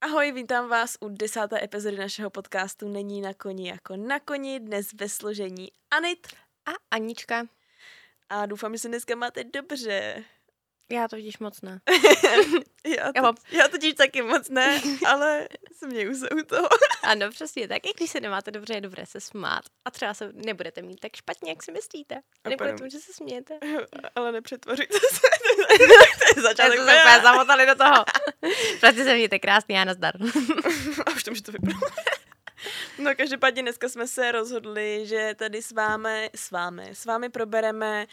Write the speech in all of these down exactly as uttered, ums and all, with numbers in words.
Ahoj, vítám vás u desáté epizody našeho podcastu Není na koni jako na koni, dnes ve složení Anit a Anička. A doufám, že se dneska máte dobře. Já to vidíš moc ne. já, to, já totiž taky moc ne, ale směju se u toho. Ano, přesně tak. I když se nemáte dobře, je dobré se smát. A třeba se nebudete mít tak špatně, jak si myslíte. Nebude tomu, že se smějete. Ale nepřetvoříte se. To je začátek. Jsme se zamotali do toho. Prostě se mějte krásně, já nazdar. A už to může to vypadá. No každopádně dneska jsme se rozhodli, že tady s vámi, s vámi, s vámi probereme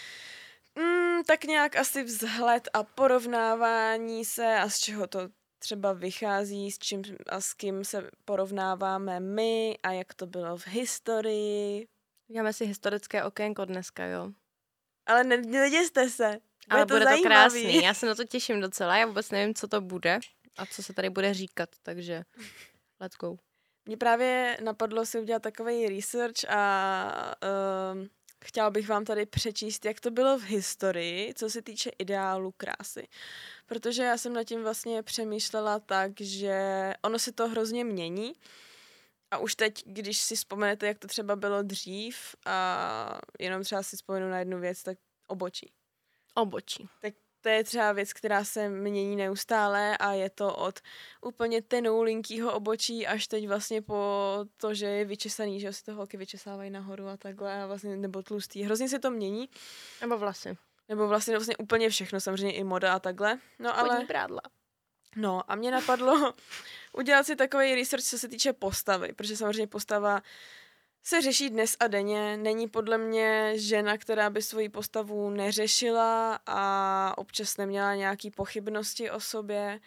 mm, tak nějak asi vzhled a porovnávání se a z čeho to třeba vychází, s čím a s kým se porovnáváme my a jak to bylo v historii. Děláme si historické okénko dneska, jo. Ale ne, neděste se. Bude Ale to bude zajímavý. To krásný, já se na to těším docela, já vůbec nevím, co to bude a co se tady bude říkat, takže let's go. Mně právě napadlo si udělat takový research a um, chtěla bych vám tady přečíst, jak to bylo v historii, co se týče ideálu krásy. Protože já jsem nad tím vlastně přemýšlela tak, že ono se to hrozně mění a už teď, když si vzpomenete, jak to třeba bylo dřív a jenom třeba si vzpomenu na jednu věc, tak obočí. Obočí. Tak to je třeba věc, která se mění neustále a je to od úplně tenoulinkýho obočí až teď vlastně po to, že je vyčesaný, že si to holky vyčesávají nahoru a takhle a vlastně nebo tlustý. Hrozně se to mění. Nebo vlasy. Nebo vlastně, vlastně úplně všechno, samozřejmě i moda a takhle. No ale... Spodní prádla. No a mě napadlo udělat si takový research, co se týče postavy, protože samozřejmě postava se řeší dnes a denně. Není podle mě žena, která by svoji postavu neřešila a občas neměla nějaký pochybnosti o sobě.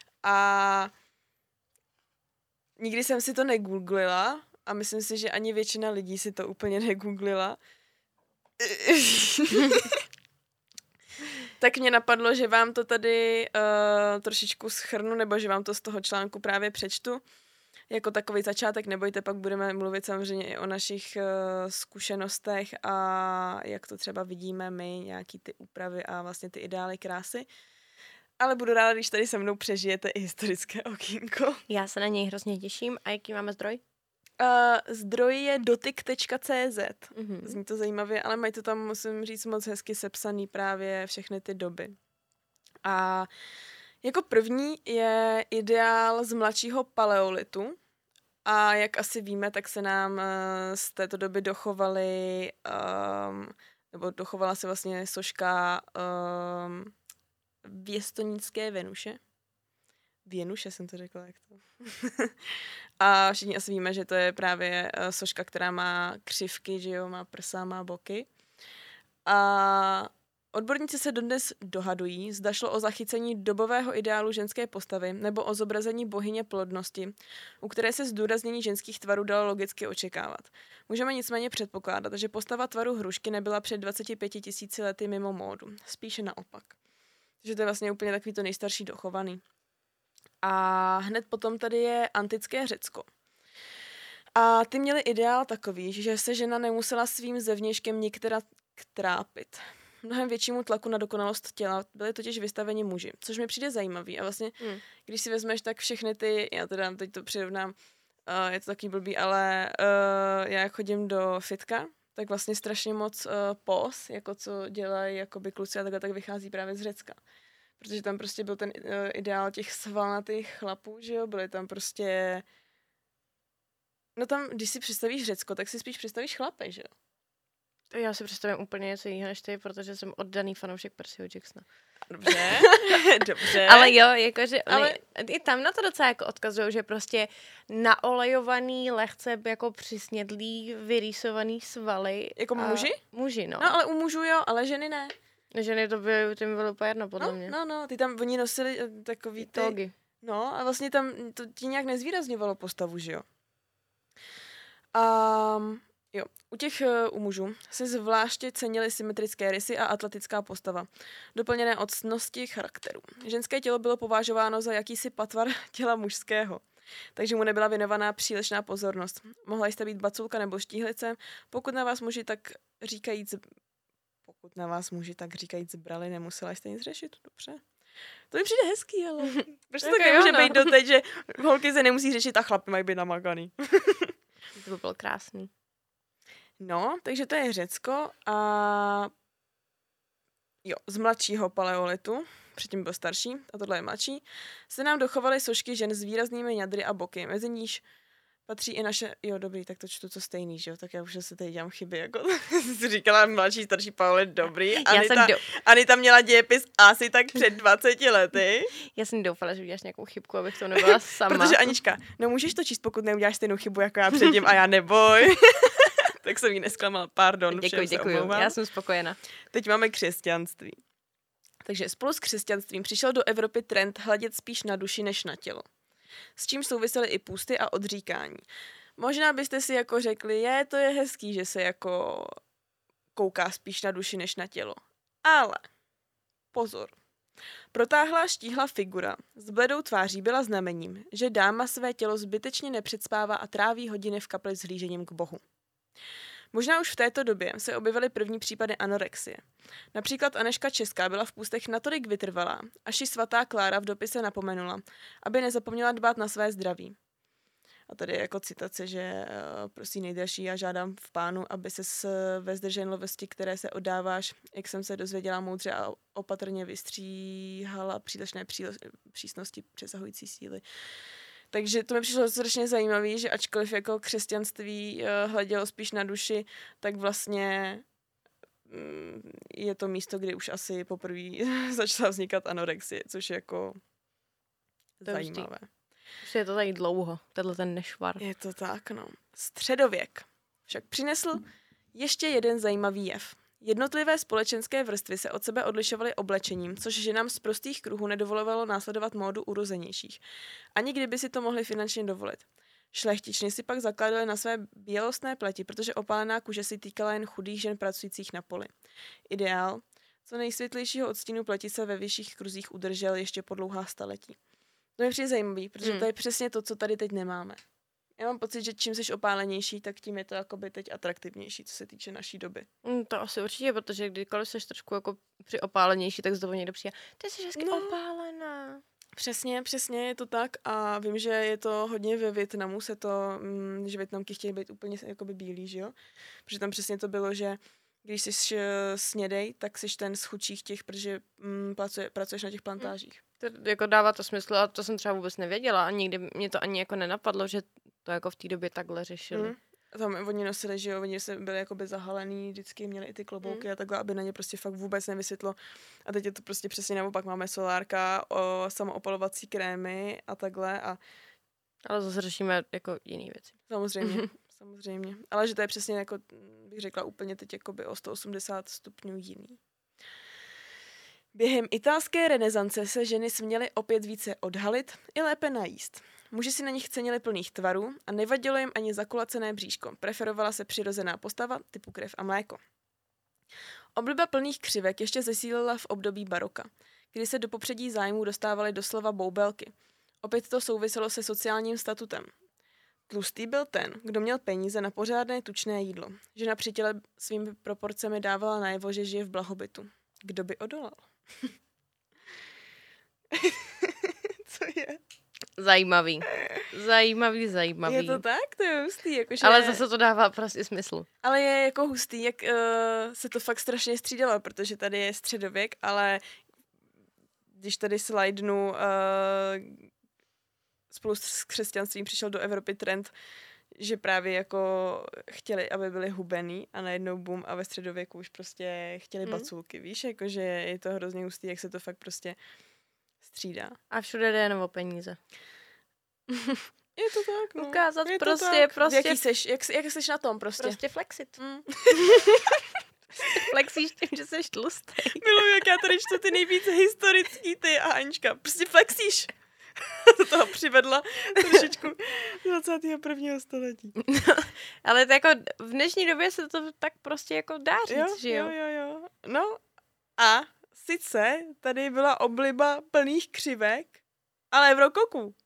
A nikdy jsem si to negooglila a myslím si, že ani většina lidí si to úplně negooglila. Tak mě napadlo, že vám to tady uh, trošičku shrnu, nebo že vám to z toho článku právě přečtu. Jako takový začátek, nebojte, pak budeme mluvit samozřejmě i o našich uh, zkušenostech a jak to třeba vidíme my, nějaký ty úpravy a vlastně ty ideály krásy. Ale budu ráda, když tady se mnou přežijete i historické okýnko. Já se na něj hrozně těším. A jaký máme zdroj? Uh, zdroj je dotyk tečka cé zet. Mm-hmm. Zní to zajímavě, ale mají to tam, musím říct, moc hezky sepsaný právě všechny ty doby. A jako první je ideál z mladšího paleolitu a jak asi víme, tak se nám uh, z této doby dochovaly, um, nebo dochovala se vlastně soška um, věstonické Venuše. Věnuše jsem to řekla, jak to. A všichni asi víme, že to je právě uh, soška, která má křivky, že jo, má prsa, má boky. A odborníci se dodnes dohadují, zda šlo o zachycení dobového ideálu ženské postavy nebo o zobrazení bohyně plodnosti, u které se zdůraznění ženských tvarů dalo logicky očekávat. Můžeme nicméně předpokládat, že postava tvaru hrušky nebyla před dvaceti pěti tisíci lety mimo módu. Spíše naopak. Takže to je vlastně úplně takový to nejstarší dochovaný. A hned potom tady je antické Řecko. A ty měli ideál takový, že se žena nemusela svým zevnějškem nikterak trápit. Mnohem většímu tlaku na dokonalost těla byli totiž vystaveni muži, což mi přijde zajímavý. A vlastně, mm. když si vezmeš, tak všechny ty, já teda teď to přirovnám, uh, je to taky blbý, ale uh, já jak chodím do fitka, tak vlastně strašně moc uh, pos, jako co dělají jakoby kluci a takhle, tak vychází právě z Řecka. Protože tam prostě byl ten uh, ideál těch svalnatých chlapů, že jo, byly tam prostě... No tam, když si představíš Řecko, tak si spíš představíš chlapy, že jo? Já si představím úplně něco jiného než ty, protože jsem oddaný fanoušek Percyho Jacksona. Dobře, dobře. Ale jo, jakože Ale... i tam na to docela jako odkazují, že prostě naolejovaný, lehce jako přisnědlý, vyrýsovaný svaly. Jako a... muži? Muži, no. No ale u mužů jo, ale ženy ne. Ženy to by, to by bylo úplně jedno, podle no, mě. No, no, ty tam, oni nosili takový ty... Togy. No a vlastně tam to ti nějak nezvýrazňovalo postavu, že jo? Um, jo, u těch uh, u mužů se zvláště cenily symetrické rysy a atletická postava, doplněné od ctnosti charakteru. Ženské tělo bylo považováno za jakýsi patvar těla mužského, takže mu nebyla věnovaná přílišná pozornost. Mohla jste být baculka nebo štíhlice, pokud na vás muži tak říkajíc, pokud na vás muži tak říkajíc brali, nemusela jste nic řešit, dobře. To mi přijde hezký, ale proč to Tak tak jo, nemůže no. být doteď, že holky se nemusí řešit a chlapy mají být namakaný. To by bylo krásný. No, takže to je Řecko a jo, z mladšího paleolitu, předtím byl starší a tohle je mladší, se nám dochovaly sošky žen s výraznými ňadry a boky, mezi níž patří i naše, jo dobrý, tak to čtu to stejný, že jo, tak já už se tady dělám chyby, jako jsi říkala mladší, starší paleolit, dobrý. Já Anita, jsem do... Anita měla dějepis asi tak před dvaceti lety. Já jsem doufala, že uděláš nějakou chybku, abych to nebyla sama. Protože Anička, no můžeš to číst, pokud neuděláš stejnou chybu jako já předtím a já neboj. Tak jsem jí nesklamala, pardon. Děkuji, děkuji, já jsem spokojena. Teď máme křesťanství. Takže spolu s křesťanstvím přišel do Evropy trend hledět spíš na duši než na tělo. S čím souvisely i půsty a odříkání. Možná byste si jako řekli, je, to je hezký, že se jako kouká spíš na duši než na tělo. Ale pozor. Protáhlá štíhlá figura s bledou tváří byla znamením, že dáma své tělo zbytečně nepředspává a tráví hodiny v kapli s hlížením k Bohu. Možná už v této době se objevily první případy anorexie. Například Anežka Česká byla v půstech natolik vytrvalá, až ji svatá Klára v dopise napomenula, aby nezapomněla dbát na své zdraví. A tady je jako citace, že uh, prosím nejdražší, a žádám v Pánu, aby ses ve zdrženlivosti, které se oddáváš, jak jsem se dozvěděla, moudře a opatrně vystříhala přílišné přísnosti přesahující síly. Takže to mi přišlo strašně zajímavé, že ačkoliv jako křesťanství uh, hledělo spíš na duši, tak vlastně um, je to místo, kde už asi poprvé začala vznikat anorexie, což je jako to zajímavé. Už je to tady dlouho, tenhle ten nešvar. Je to tak, no. Středověk však přinesl ještě jeden zajímavý jev. Jednotlivé společenské vrstvy se od sebe odlišovaly oblečením, což ženám z prostých kruhů nedovolovalo následovat módu urozenějších. Ani kdyby si to mohli finančně dovolit. Šlechtičny si pak zakládali na své bělostné pleti, protože opálená kůže si týkala jen chudých žen pracujících na poli. Ideál co nejsvětlejšího odstínu pleti se ve vyšších kruzích udržel ještě po dlouhá staletí. To je přijde zajímavý, protože hmm. to je přesně to, co tady teď nemáme. Já mám pocit, že čím jsi opálenější, tak tím je to jakoby teď atraktivnější, co se týče naší doby. Mm, to asi určitě, protože kdykoliv jsi trošku jako přiopálenější, tak zdovo někdo přijde. Ty jsi hezky no. opálená. Přesně, přesně je to tak a vím, že je to hodně ve Vietnamu, se to, mm, že Vietnamky chtějí být úplně jakoby bílí, že jo? Protože tam přesně to bylo, že když jsi snědej, tak jsi ten z chudších těch, protože mm, pracuje, pracuješ na těch plantážích. To jako dává to smysl a to jsem třeba vůbec nevěděla a nikdy mě to ani jako nenapadlo, že to jako v té době takhle řešili. Mm. Tam oni nosili, že jo, oni se byli jakoby zahalený, vždycky měli i ty klobouky mm. a takhle, aby na ně prostě fakt vůbec nevysvětlo. A teď je to prostě přesně naopak, máme solárka, o, samoopalovací krémy a takhle a... Ale zase řešíme jako jiný věci. Samozřejmě, samozřejmě. Ale že to je přesně jako, bych řekla úplně teď jakoby o sto osmdesát stupňů jiný. Během italské renesance se ženy směly opět více odhalit i lépe najíst. Muži si na nich cenili plných tvarů a nevadilo jim ani zakulacené bříško. Preferovala se přirozená postava typu krev a mléko. Obliba plných křivek ještě zesílila v období baroka, kdy se do popředí zájmů dostávaly doslova boubelky. Opět to souviselo se sociálním statutem. Tlustý byl ten, kdo měl peníze na pořádné tučné jídlo. Žena při těle svými proporcemi dávala najevo, že žije v blahobytu. Kdo by odolal? Co je? Zajímavý. Zajímavý, zajímavý. Je to tak? To je hustý. Jakože... Ale zase to dává prostě smysl. Ale je jako hustý, jak uh, se to fakt strašně střídalo, protože tady je středověk, ale když tady slidenu uh, spolu s křesťanstvím přišel do Evropy trend, že právě jako chtěli, aby byli hubený a najednou bum a ve středověku už prostě chtěli mm. baculky, víš, jakože je to hrozně hustý, jak se to fakt prostě střídá. A všude jde jenom o peníze. Je to tak, no. Ukázat je prostě, tak. prostě. Jaký seš, jak, jak seš na tom prostě? Prostě flexit. Mm. Flexíš tím, že seš tlustý. Miluji, jak já tady čtu ty nejvíc historický ty a Anička. Prostě flexíš. Do toho přivedla trošičku dvacátého prvního století. No, ale to jako v dnešní době se to tak prostě jako dá říct, jo, že jo? Jo, jo, jo. No a sice tady byla obliba plných křivek, ale v rokoku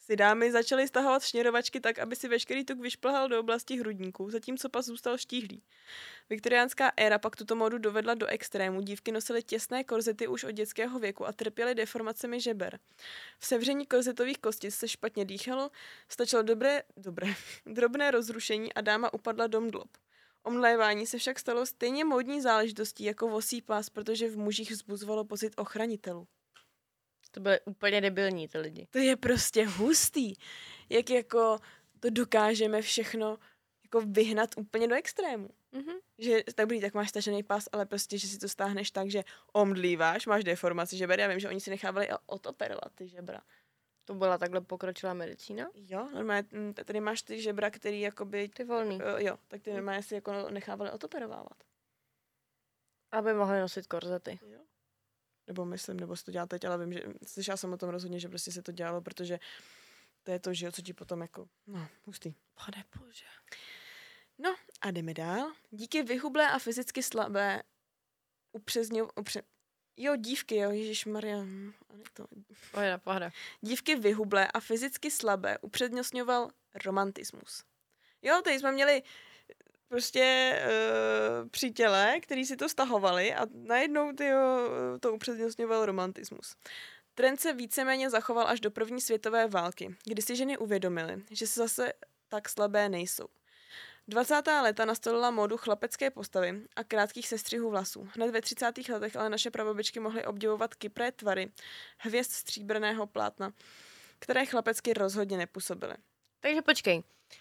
si dámy začaly stahovat šněrovačky tak, aby si veškerý tuk vyšplhal do oblasti hrudníků, zatímco pas zůstal štíhlý. Viktoriánská éra pak tuto módu dovedla do extrému. Dívky nosily těsné korzety už od dětského věku a trpěly deformacemi žeber. V sevření korzetových kostic se špatně dýchalo, stačilo dobré, dobré, drobné rozrušení a dáma upadla do mdlob. Omdlévání se však stalo stejně módní záležitostí jako vosí pás, protože v mužích vzbuzovalo pocit ochranitelů. To byly úplně debilní ty lidi. To je prostě hustý. Jak jako to dokážeme všechno jako vyhnat úplně do extrému. Mm-hmm. Že tak dobrý, tak máš stažený pás, ale prostě, že si to stáhneš tak, že omdlíváš, máš deformaci žeber. Já vím, že oni si nechávali odoperovat ty žebra. To byla takhle pokročilá medicína? Jo, normálně tady máš ty žebra, který jakoby... Ty volný. Uh, jo, tak ty normálně si jako nechávali odoperovávat. Aby mohli nosit korzety. Jo. Nebo myslím, nebo se to dělá teď, ale vím, že slyšela jsem o tom rozhodně, že prostě se to dělalo, protože to je to, že co ti potom jako, no, hustý. Pane bože. No a jdeme dál. Díky vyhublé a fyzicky slabé upřezňu, upře... Jo, dívky, jo, ježišmarja. To... Pohada, pohada. Dívky vyhublé a fyzicky slabé upřednostňoval romantismus. Jo, tady jsme měli prostě uh, přítele, který si to stahovali a najednou tyjo, to upřednostňoval romantismus. Trend se víceméně zachoval až do první světové války, kdy si ženy uvědomily, že se zase tak slabé nejsou. dvacátá léta nastolila módu chlapecké postavy a krátkých sestřihů vlasů. Hned ve třicátých letech ale naše prababičky mohly obdivovat kypré tvary hvězd stříbrného plátna, které chlapecky rozhodně nepůsobily. Takže počkej.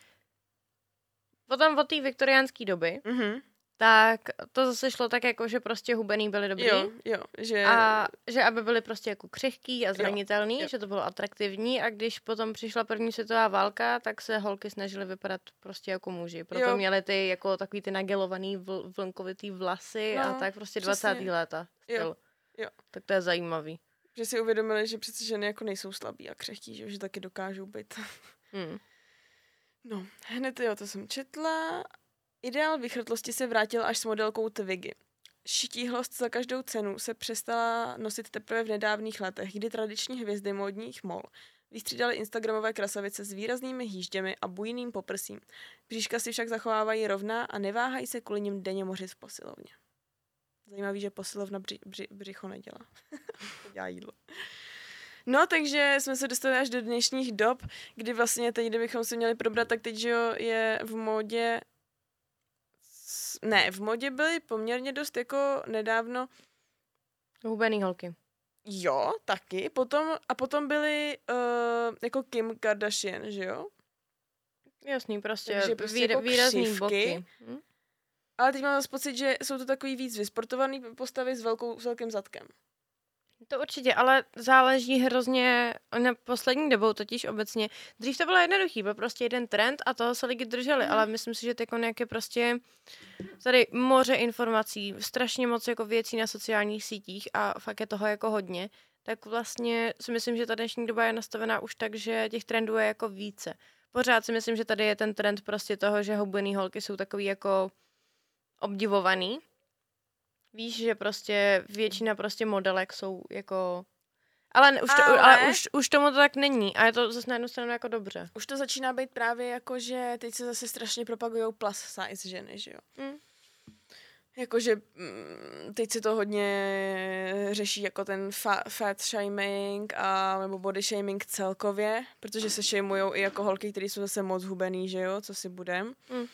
Potom od té viktoriánské doby, Mhm. tak to zase šlo tak jako, že prostě hubený byli dobrý. Jo, jo, že... A že aby byli prostě jako křehký a zranitelný, Jo, jo. že to bylo atraktivní a když potom přišla první světová válka, tak se holky snažily vypadat prostě jako muži. Proto Jo. měly ty jako takový ty nagelovaný vl- vlnkovitý vlasy No, a tak prostě přesně. dvacátá léta. Jo, Styl. jo. Tak to je zajímavý. Že si uvědomili, že přece ženy jako nejsou slabí a křehký, že, že taky dokážou být. Hmm. No, hned jo, to jsem četla. Ideál vychrtlosti se vrátil až s modelkou Twiggy. Šitíhlost za každou cenu se přestala nosit teprve v nedávných letech, kdy tradiční hvězdy módních mol vystřídaly instagramové krasavice s výraznými hýžděmi a bujným poprsím. Bříška si však zachovávají rovná a neváhají se kvůli nim denně mořit v posilovně. Zajímavý, že posilovna bři, bři, břicho nedělá. To dělá jídlo. No, takže jsme se dostali až do dnešních dob, kdy vlastně teď, kdybychom si měli probrat, tak teď, že jo, je v módě... Ne, v modě byly poměrně dost jako nedávno... Hubený holky. Jo, taky. Potom, a potom byly uh, jako Kim Kardashian, že jo? Jasný, prostě, Takže prostě výra, jako výrazný křivky. boky. Hm? Ale teď mám zase pocit, že jsou to takový víc vysportovaný postavy s, velkou, s velkým zadkem. To určitě, ale záleží hrozně na poslední dobou totiž obecně. Dřív to bylo jednoduchý, byl prostě jeden trend a toho se lidi drželi, mm. ale myslím si, že teď jak je prostě tady moře informací, strašně moc jako věcí na sociálních sítích a fakt je toho jako hodně, tak vlastně si myslím, že ta dnešní doba je nastavená už tak, že těch trendů je jako více. Pořád si myslím, že tady je ten trend prostě toho, že hubený holky jsou takový jako obdivovaný. Víš, že prostě většina prostě modelek jsou jako... Ale, už, to, ale... ale už, už tomu to tak není a je to zase na jednu stranu jako dobře. Už to začíná být právě jako, že teď se zase strašně propagujou plus size ženy, že jo? Mm. Jakože mm, teď se to hodně řeší jako ten fa- fat shaming a nebo body shaming celkově, protože se shamujou i jako holky, které jsou zase moc hubený, že jo, co si budem. Mm.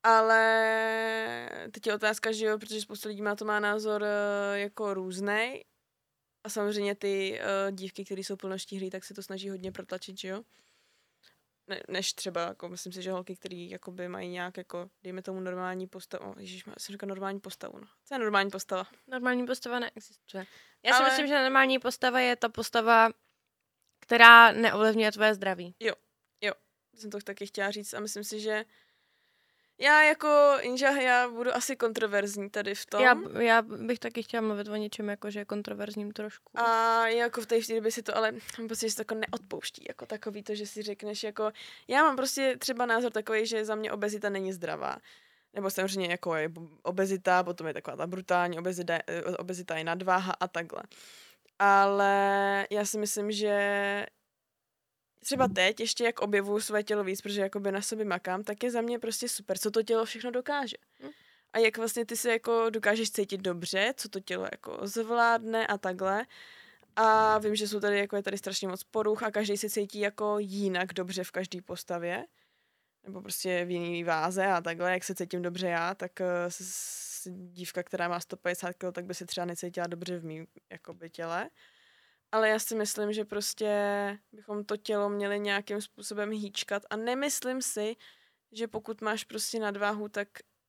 Ale teď je otázka, že jo, protože spousta lidí má to má názor uh, jako různej. A samozřejmě ty uh, dívky, které jsou plnoštíhlí, tak se to snaží hodně protlačit, že jo. Ne, než třeba, jako myslím si, že holky, které jakoby mají nějak, jako, dejme tomu normální postavu. Oh, ježiš, jsem říkala normální postavu, no. Co je normální postava? Normální postava neexistuje. Já Ale... si myslím, že normální postava je ta postava, která neovlivňuje tvoje zdraví. Jo, jo. Jsem to taky chtěla říct a myslím si, že já jako Inža, já budu asi kontroverzní tady v tom. Já, já bych taky chtěla mluvit o něčem, jako že je kontroverzním trošku. A jako v té době si to ale prostě si to jako neodpouští, jako takový to, že si řekneš jako, já mám prostě třeba názor takový, že za mě obezita není zdravá. Nebo samozřejmě jako je obezita, potom je taková ta brutální obezita, obezita je nadváha a takhle. Ale já si myslím, že třeba teď, ještě jak objevuju své tělo víc, protože jakoby na sobě makám, tak je za mě prostě super, co to tělo všechno dokáže. Hmm. A jak vlastně ty se jako dokážeš cítit dobře, co to tělo jako zvládne a takhle. A vím, že jsou tady, jako je tady strašně moc poruch a každý se cítí jako jinak dobře v každé postavě. Nebo prostě v jiný váze a takhle, jak se cítím dobře já, tak uh, s, dívka, která má sto padesát kilogramů, tak by se třeba necítila dobře v mým jakoby těle. Ale já si myslím, že prostě bychom to tělo měli nějakým způsobem hýčkat a nemyslím si, že pokud máš prostě nadváhu, tak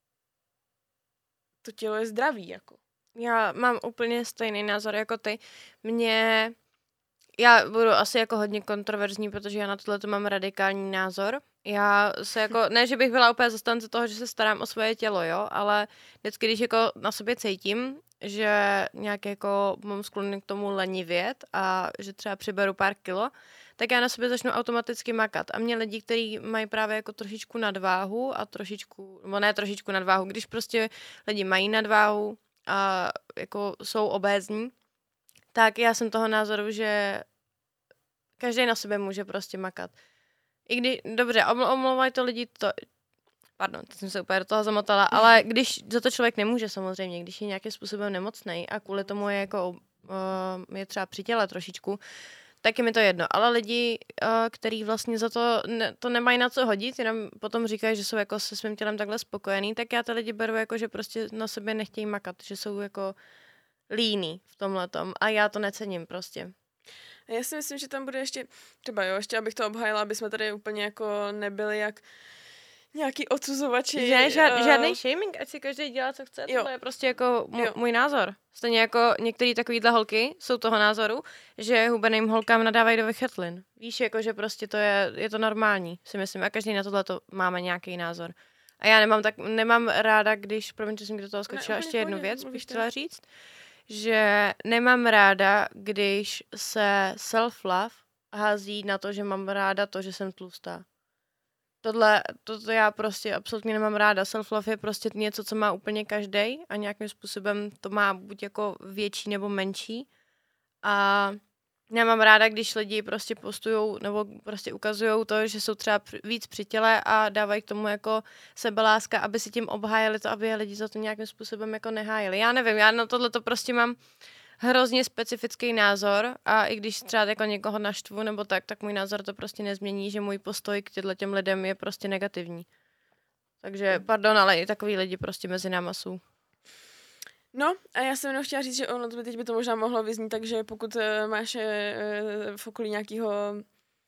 to tělo je zdravý, jako. Já mám úplně stejný názor jako ty. Mě, já budu asi jako hodně kontroverzní, protože já na tohle mám radikální názor. Já se jako, ne, že bych byla úplně zastánce toho, že se starám o svoje tělo, jo, ale vždycky, když jako na sobě cítím, že nějak jako mám sklon k tomu lenivět a že třeba přiberu pár kilo, tak já na sobě začnu automaticky makat. A mě lidi, kteří mají právě jako trošičku nadváhu a trošičku, nebo ne trošičku nadváhu, když prostě lidi mají nadváhu a jako jsou obézní, tak já jsem toho názoru, že každý na sobě může prostě makat. I když, dobře, omlouvají to lidi, to, pardon, teď jsem se úplně do toho zamotala, ale když za to člověk nemůže samozřejmě, když je nějakým způsobem nemocnej a kvůli tomu je jako, uh, je třeba při těle trošičku, tak je mi to jedno. Ale lidi, uh, který vlastně za to, ne, to nemají na co hodit, jenom potom říkají, že jsou jako se svým tělem takhle spokojení, tak já ty lidi beru jako, že prostě na sobě nechtějí makat, že jsou jako líní v tomhletom a já to necením prostě. Já si myslím, že tam bude ještě, třeba jo, ještě abych to obhájila, aby jsme tady úplně jako nebyli jak nějaký odsuzovači. Že, žád, uh... žádný shaming, ať si každý dělá, co chce, to je prostě jako m- můj názor. Stejně jako některé takovýhle holky jsou toho názoru, že hubeným holkám nadávají do vychrtlin. Víš, jako že prostě to je, je to normální, si myslím, a každý na tohle to máme nějaký názor. A já nemám tak, nemám ráda, když, promiň, že jsem do toho skočila, ne, ještě jednu věc, bych chtěla říct, že nemám ráda, když se self-love hází na to, že mám ráda to, že jsem tlustá. Tohle, toto já prostě absolutně nemám ráda. Self-love je prostě něco, co má úplně každý a nějakým způsobem to má buď jako větší nebo menší. A nemám ráda, když lidi prostě postujou nebo prostě ukazujou to, že jsou třeba víc při těle a dávají k tomu jako sebeláska, aby si tím obhájili to, aby je lidi za to nějakým způsobem jako nehájili. Já nevím, já na tohle to prostě mám hrozně specifický názor a i když třeba jako někoho naštvu nebo tak, tak můj názor to prostě nezmění, že můj postoj k těm lidem je prostě negativní. Takže pardon, ale i takový lidi prostě mezi náma jsou. No a já jsem jenom chtěla říct, že ono teď by to možná mohlo vyznít, takže pokud uh, máš uh, v okolí nějakého uh,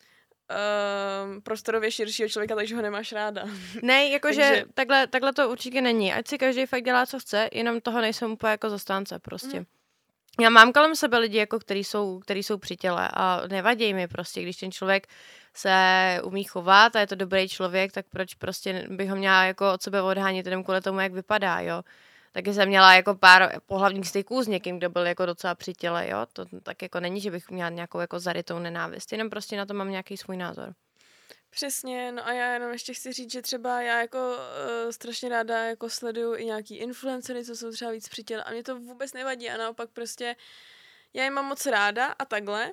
prostorově širšího člověka, takže ho nemáš ráda. Ne, jakože takže... takhle, takhle to určitě není. Ať si každý fakt dělá, co chce, jenom toho nejsem úplně jako zastánce prostě. Mm. Já mám kolem sebe lidi, jako který jsou, který jsou při těle a nevadí mi prostě, když ten člověk se umí chovat a je to dobrý člověk, tak proč prostě bych ho měla jako od sebe odhánět jenom kvůli tomu, jak vypadá, jo. Taky jsem měla jako pár pohlavních styků s někým, kdo byl jako docela při těle, jo. To tak jako není, že bych měla nějakou jako zarytou nenávist, jenom prostě na to mám nějaký svůj názor. Přesně, no a já jenom ještě chci říct, že třeba já jako uh, strašně ráda jako sleduju i nějaký influencery, co jsou třeba víc při těle a mě to vůbec nevadí a naopak prostě já je mám moc ráda a takhle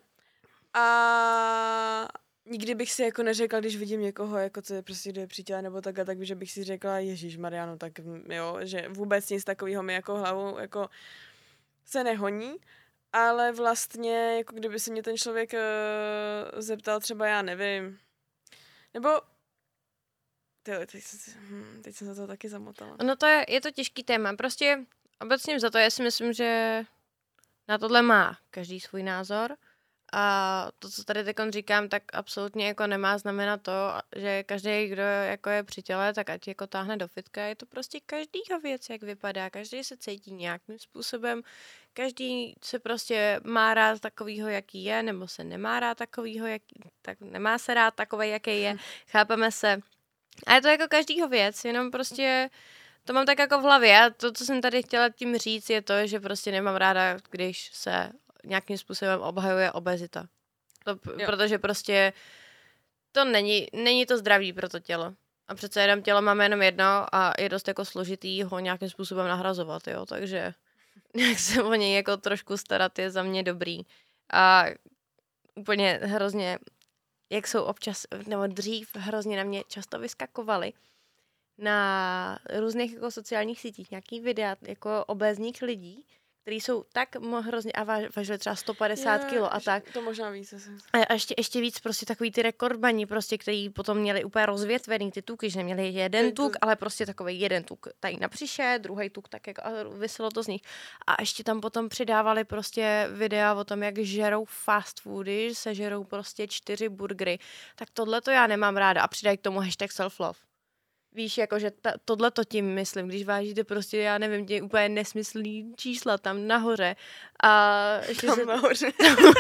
a nikdy bych si jako neřekla, když vidím někoho, jako co je prostě jde při těle nebo takhle, tak že bych si řekla, Ježíš Mariano, tak jo, že vůbec nic takového mi jako hlavou jako se nehoní, ale vlastně jako kdyby se mě ten člověk uh, zeptal třeba, já nevím, nebo tyhle, teď, hm, teď jsem za to taky zamotala. No to je, je to těžký téma. Prostě obecně za to já si myslím, že na tohle má každý svůj názor a to, co tady teď říkám, tak absolutně jako nemá znamenat to, že každý, kdo jako je při těle, tak ať jako táhne do fitka. Je to prostě každýho věc, jak vypadá. Každý se cítí nějakým způsobem. Každý se prostě má rád takovýho, jaký je, nebo se nemá rád takovýho, jaký, tak nemá se rád takovej, jaký je. Chápeme se. A je to jako každýho věc, jenom prostě to mám tak jako v hlavě. A to, co jsem tady chtěla tím říct, je to, že prostě nemám ráda, když se nějakým způsobem obhajuje obezita. To, protože prostě to není, není to zdraví pro to tělo. A přece jenom tělo máme jenom jedno a je dost jako složitý ho nějakým způsobem nahrazovat, jo, takže nějak se o něj jako trošku starat je za mě dobrý. A úplně hrozně jak jsou občas, nebo dřív hrozně na mě často vyskakovaly na různých jako sociálních sítích nějaký videa jako obézních lidí, který jsou tak mo- hrozně a váž, vážili třeba sto padesát kilo a tak. To možná víc. Asi. A ještě, ještě víc prostě takový ty rekordmani, prostě, který potom měli úplně rozvětvený ty tuky, že neměli jeden Je to- tuk, ale prostě takový jeden tuk tady na břiše, druhý tuk tak jako a vyselo to z nich. A ještě tam potom přidávali prostě videa o tom, jak žerou fast foody, sežerou prostě čtyři burgery. Tak tohle to já nemám ráda a přidají k tomu hashtag self-love. Víš, jakože ta, tohle to tím myslím, když vážíte prostě, já nevím, tě úplně nesmyslný čísla tam nahoře a ještě Tam se... nahoře.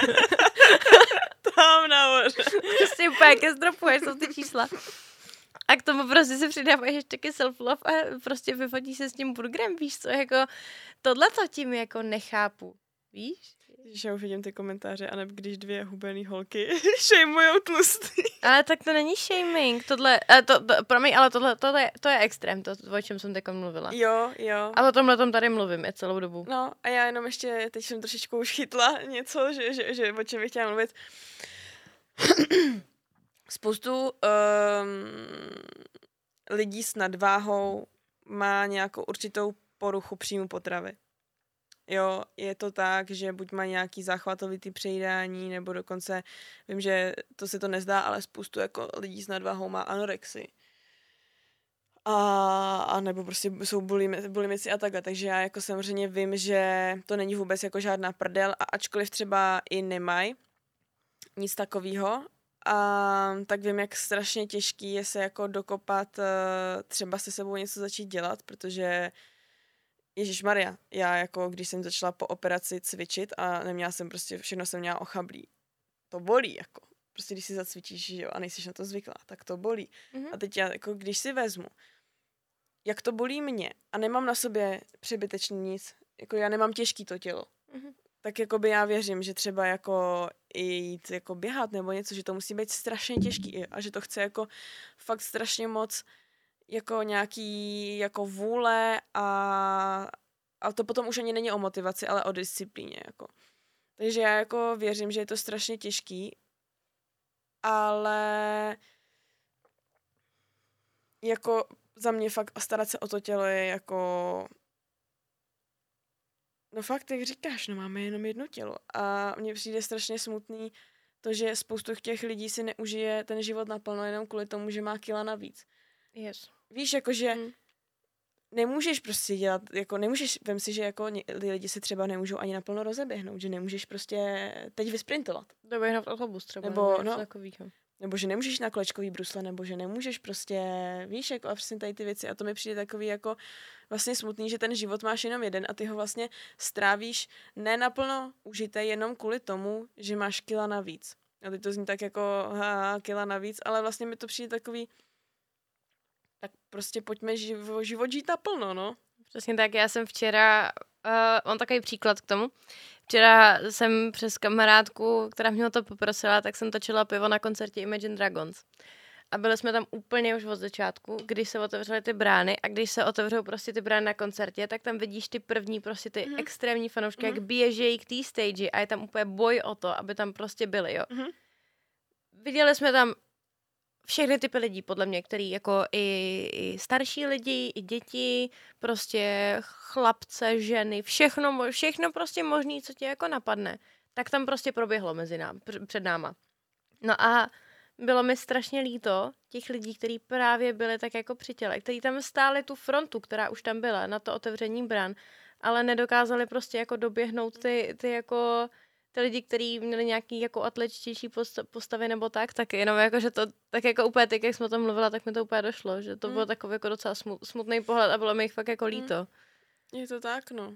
Tam nahoře. Prostě úplně ke stropu, až jsou ty čísla. A k tomu prostě se přidávají hashtagy self-love a prostě vyfotí se s tím burgerem, víš co, jako tohle to tím jako nechápu, víš? Když já už vidím ty komentáře, a nebo když dvě hubený holky šejmujou tlustý. Ale tak to není shaming, tohle, eh, to, to, promiň, ale tohle, to je, to je extrém, to, o čem jsem teď mluvila. Jo, jo. A o tomhle tom tady mluvím je celou dobu. No a já jenom ještě, teď jsem trošičku už chytla něco, že, že, že o čem bych chtěla mluvit. Spoustu um, lidí s nadváhou má nějakou určitou poruchu příjmu potravy. Jo, je to tak, že buď má nějaký záchvatovitý přejídání, nebo dokonce, vím, že to se to nezdá, ale spoustu jako lidí s nadváhou má anorexii. A, a nebo prostě jsou bulimi, bulimici a takhle, takže já jako samozřejmě vím, že to není vůbec jako žádná prdel a ačkoliv třeba i nemají nic takového, a tak vím, jak strašně těžký je se jako dokopat uh, třeba se sebou něco začít dělat, protože Ježišmarja, já jako když jsem začala po operaci cvičit a neměla jsem prostě, všechno jsem měla ochablý. To bolí jako. Prostě když si zacvičíš, že jo, a nejsiš na to zvyklá, tak to bolí. Mm-hmm. A teď já jako když si vezmu, jak to bolí mě a nemám na sobě přebytečný nic, jako já nemám těžký to tělo, mm-hmm. tak jako by já věřím, že třeba jako i jít jako běhat nebo něco, že to musí být strašně těžký a že to chce jako fakt strašně moc jako nějaký jako vůle a, a to potom už ani není o motivaci, ale o disciplíně. Jako. Takže já jako věřím, že je to strašně těžký, ale jako za mě fakt starat se o to tělo je jako no fakt, jak říkáš, no máme jenom jedno tělo a mně přijde strašně smutný to, že spoustu těch lidí si neužije ten život naplno jenom kvůli tomu, že má kila navíc. Yes. Víš, jakože hmm. nemůžeš prostě dělat, jako nemůžeš, vem si, že jako lidi si třeba nemůžou ani naplno rozeběhnout, že nemůžeš prostě teď vysprintovat. Doběhnout autobus třeba. Nebo, nebo no, takovýho. Nebo že nemůžeš na kolečkový brusle, nebo že nemůžeš prostě, víš, jako a přesně tady ty věci. A to mi přijde takový jako vlastně smutný, že ten život máš jenom jeden a ty ho vlastně strávíš ne naplno užitej jenom kvůli tomu, že máš kila navíc. A teď to zní tak jako ha, kila navíc, ale vlastně mi to přijde takový tak prostě pojďme živo, život žít naplno, no. Přesně tak, já jsem včera, uh, mám takový příklad k tomu. Včera jsem přes kamarádku, která mě o to poprosila, tak jsem točila pivo na koncertě Imagine Dragons. A byli jsme tam úplně už od začátku, když se otevřely ty brány a když se otevřou prostě ty brány na koncertě, tak tam vidíš ty první prostě ty mm. extrémní fanoušky, mm. jak běžejí k té stage a je tam úplně boj o to, aby tam prostě byli, jo. Mm. Viděli jsme tam všechny typy lidí, podle mě, který jako i, i starší lidi, i děti, prostě chlapce, ženy, všechno, všechno prostě možný, co tě jako napadne, tak tam prostě proběhlo mezi nám, před náma. No a bylo mi strašně líto těch lidí, kteří právě byli tak jako při těle, kteří tam stáli tu frontu, která už tam byla na to otevření bran, ale nedokázali prostě jako doběhnout ty, ty jako ty lidi, kteří měli nějaký jako atletičtější postavy nebo tak, tak jenom jako, že to, tak jako úplně teď, jak jsme o tom mluvila, tak mi to úplně došlo, že to mm. bylo takový jako docela smut, smutný pohled a bylo mi jich fakt jako líto. Mm. Je to tak, no.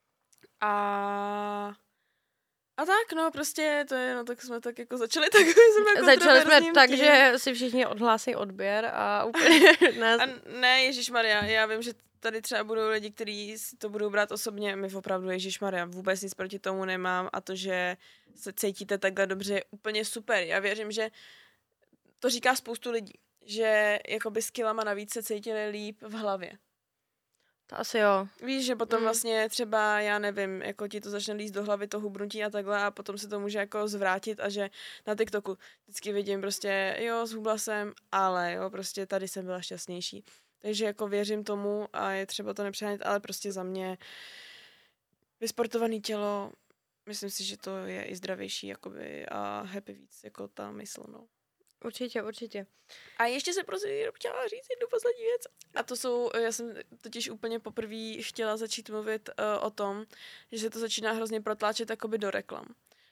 A... A tak, no, prostě to je, no, tak jsme tak jako začali tak jsme Začali jsme tak, že si všichni odhlásí odběr a úplně nás... A ne, ježišmarja, já vím, že tady třeba budou lidi, kteří si to budou brát osobně, my opravdu, ježišmarja, vůbec nic proti tomu nemám a to, že se cítíte takhle dobře, je úplně super. Já věřím, že to říká spoustu lidí, že jakoby s kilama navíc se cítili líp v hlavě. To asi jo. Víš, že potom Mm. vlastně třeba, já nevím, jako ti to začne líst do hlavy, to hubnutí a takhle a potom se to může jako zvrátit a že na TikToku vždycky vidím prostě, jo, zhubla jsem, ale jo, prostě tady jsem byla šťastnější. Takže jako věřím tomu a je třeba to nepřehánět, ale prostě za mě vysportované tělo, myslím si, že to je i zdravější jakoby a happy víc, jako ta mysl, no. Určitě, určitě. A ještě se prostě chtěla říct jednu poslední věc. A to jsou, já jsem totiž úplně poprvé chtěla začít mluvit uh, o tom, že se to začíná hrozně protláčet jakoby do reklam.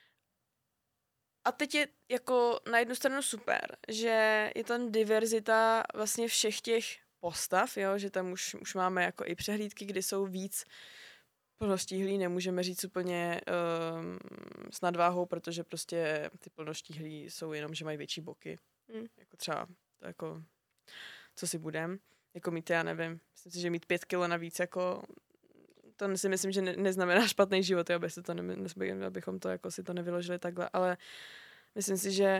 A teď je jako na jednu stranu super, že je tam diverzita vlastně všech těch postav, jo, že tam už, už máme jako i přehlídky, kdy jsou víc plnoštíhlí, nemůžeme říct úplně um, s nadváhou, protože prostě ty plnoštíhlí jsou jenom, že mají větší boky. Hmm. Jako třeba, to jako, co si budem, jako mít, já nevím, myslím si, že mít pět kilo navíc, jako, to si myslím, že ne, neznamená špatný život, aby se to ne, abychom to jako si to nevyložili takhle, ale myslím si, že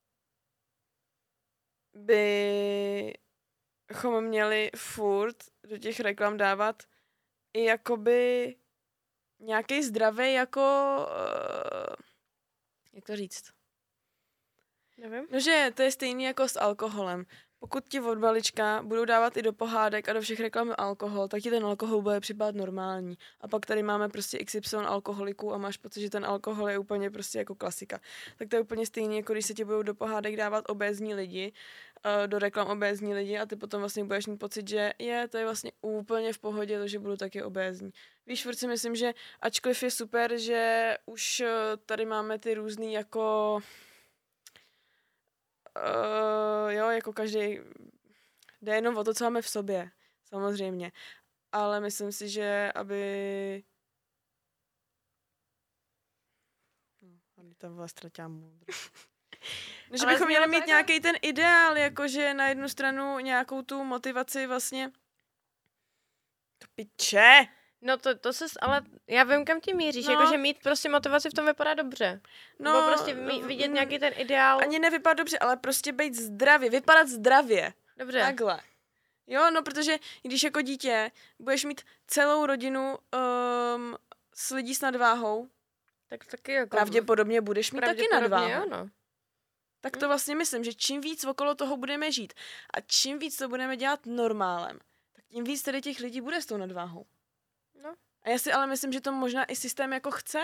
bychom měli furt do těch reklam dávat i jakoby nějaký zdravý jako, uh, jak to říct? Nevím. No, že to je stejný jako s alkoholem. Pokud ti od malička budou dávat i do pohádek a do všech reklam alkohol, tak ti ten alkohol bude připadat normální. A pak tady máme prostě iks ypsilon alkoholiků a máš pocit, že ten alkohol je úplně prostě jako klasika. Tak to je úplně stejný, jako když se ti budou do pohádek dávat obézní lidi, uh, do reklam obézní lidi a ty potom vlastně budeš mít pocit, že je, to je vlastně úplně v pohodě to, že budu taky obézní. Víš, furt si myslím, že ačkoliv je super, že už uh, tady máme ty různý jako... Uh, jo, jako každý jde jenom o to, co máme v sobě, samozřejmě. Ale myslím si, že aby... No, Anita byla ztratila moudrost. Že bychom měli mít nějaký ten ideál, jakože na jednu stranu nějakou tu motivaci vlastně... To piče! No to, to se, ale já vím, kam ti míříš, no. Jakože mít prostě motivaci v tom vypadá dobře. No, nebo prostě mít, vidět mm, nějaký ten ideál. Ani nevypadat dobře, ale prostě být zdravě, vypadat zdravě. Dobře. Takhle. Jo, no protože když jako dítě budeš mít celou rodinu um, s lidí s nadváhou, tak taky jako... Pravděpodobně budeš mít taky nadváhu. Ano. Tak to vlastně myslím, že čím víc okolo toho budeme žít a čím víc to budeme dělat normálem, tak tím víc tedy těch lidí bude s tou nadváhou. No. A já si ale myslím, že to možná i systém jako chce.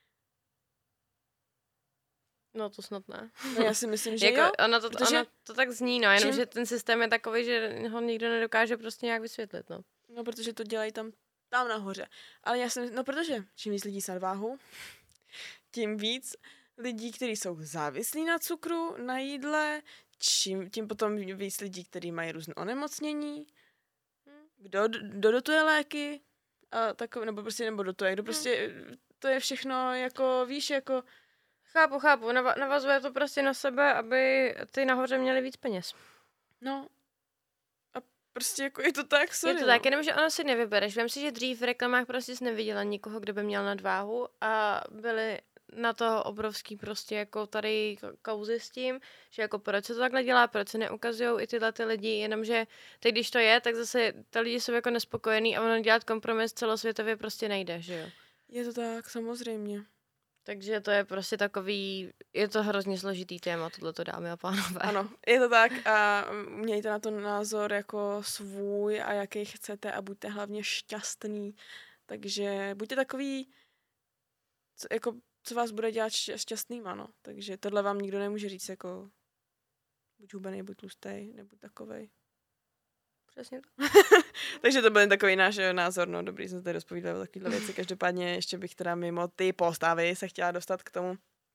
No to snad ne. No já si myslím, že jako, jo. Ono to, protože ono to tak zní, no, jenom čím... že ten systém je takový, že ho nikdo nedokáže prostě nějak vysvětlit, no. No protože to dělají tam, tam nahoře. Ale já jsem, no protože čím víc lidí s nadváhou, tím víc lidí, kteří jsou závislí na cukru, na jídle, čím, tím potom víc lidí, kteří mají různé onemocnění, kdo dodotuje léky, a takové, nebo prostě nebo dotuje, kdo prostě, to je všechno jako, víš, jako... Chápu, chápu, Nav- navazuje to prostě na sebe, aby ty nahoře měli víc peněz. No, a prostě jako je to tak, sorry. Je to tak, jenom, že ono si nevybereš. Vem si, že dřív v reklamách prostě jsi neviděla nikoho, kdo by měl nadváhu a byly na to obrovský prostě jako tady kauzy s tím, že jako proč se to takhle dělá, proč se neukazujou i tyhle ty lidi, jenomže teď, když to je, tak zase ty lidi jsou jako nespokojení a ono dělat kompromis celosvětově prostě nejde, že jo? Je to tak, samozřejmě. Takže to je prostě takový, je to hrozně složitý téma, tohleto, dámy a pánové. Ano, je to tak a mějte na to názor jako svůj a jaký chcete a buďte hlavně šťastný. Takže buďte takový, co, jako, co vás bude dělat šťastným, ano. Takže tohle vám nikdo nemůže říct jako buď hubený, buď tlustej, nebuď takovej. Přesně to. Takže to byl takový náš názor, no dobrý, jsem tady rozpovídala o takovýhle věci. Každopádně ještě bych teda mimo ty postavy se chtěla dostat k tomu.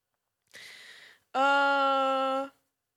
Uh,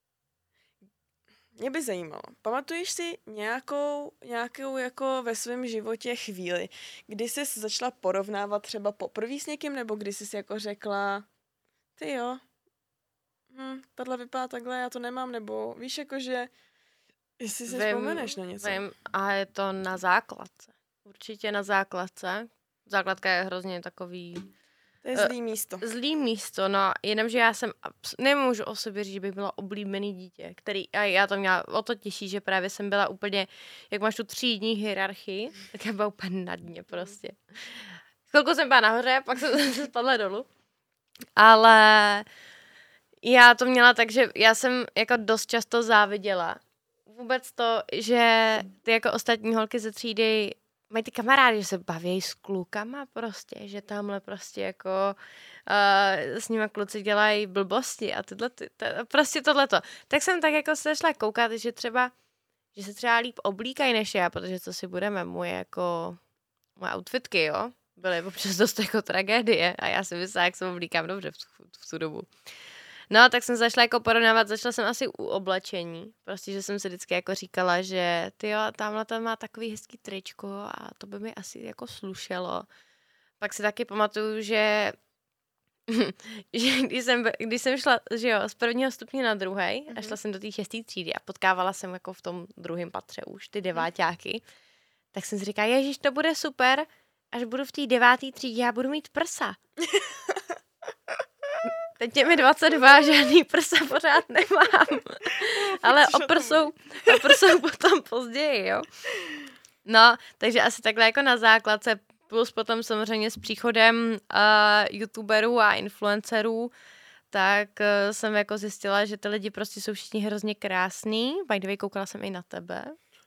mě by zajímalo, pamatuješ si nějakou, nějakou jako ve svém životě chvíli, kdy jsi začala porovnávat třeba poprvé s někým, nebo kdy jsi jako řekla, ty jo, hm, tohle vypadá takhle, já to nemám, nebo víš jako, že jestli si vzpomeneš na něco. Vím, a je to na základce. Určitě na základce. Základka je hrozně takový To je zlý místo. Zlý místo, no, jenomže já jsem, nemůžu o sobě říct, že bych byla oblíbený dítě, který, a já to měla o to těžší, že právě jsem byla úplně, jak máš tu třídní hierarchii, tak já byla úplně na dně prostě. Chvilku jsem byla nahoře, pak jsem se spadla dolů, ale já to měla tak, že já jsem jako dost často záviděla. Vůbec to, že ty jako ostatní holky ze třídy mají ty kamarády, že se baví s klukama prostě, že tamhle prostě jako uh, s nimi kluci dělají blbosti a tyhle, ty, to, prostě tohleto. Tak jsem tak jako se šla koukat, že třeba, že se třeba líp oblíkají než já, protože co si budeme, moje jako, moje outfitky, jo, byly občas dost jako tragédie a já si myslela, jak se oblíkám dobře v, v, v tu dobu. No, tak jsem zašla jako porovnávat, začala jsem asi u oblečení. Prostě, že jsem si vždycky jako říkala, že tyjo, tamhle tam má takový hezký tričko a to by mi asi jako slušelo. Pak si taky pamatuju, že, že když, jsem, když jsem šla, že jo, z prvního stupně na druhý mm-hmm. a šla jsem do té šesté třídy a potkávala jsem jako v tom druhém patře už ty deváťáky, tak jsem si říkala, ježiš, to bude super, až budu v té deváté třídě, já budu mít prsa. Teď je mi dvacet dva, žádný prsa pořád nemám. Ale oprsou, oprsou potom později, jo. No, takže asi takhle jako na základce, plus potom samozřejmě s příchodem uh, youtuberů a influencerů, tak uh, jsem jako zjistila, že ty lidi prostě jsou všichni hrozně krásný. By the way, koukala jsem i na tebe.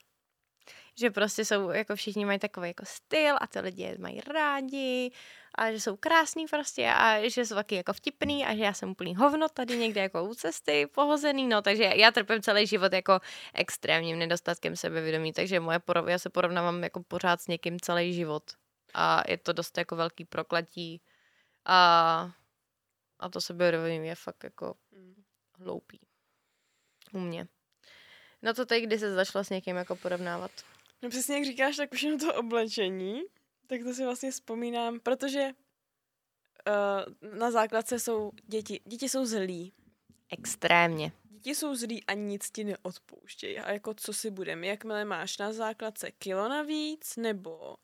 Že prostě jsou, jako všichni mají takový jako styl a ty lidi je mají rádi a že jsou krásný prostě a že jsou taky jako vtipný a že já jsem úplný hovno tady někde jako u cesty pohozený, no, takže já trpím celý život jako extrémním nedostatkem sebevědomí, takže moje porov, já se porovnávám jako pořád s někým celý život a je to dost jako velký prokletí a, a to sebevědomí je fakt jako hloupý u mě. No to teď, kdy se začala s někým jako porovnávat? No přesně jak říkáš, tak už jenom to oblečení, tak to si vlastně vzpomínám, protože uh, na základce jsou děti, děti jsou zlí. Extrémně. Děti jsou zlí a nic ti neodpouštějí. A jako co si budeme, jakmile máš na základce kilo navíc, nebo uh,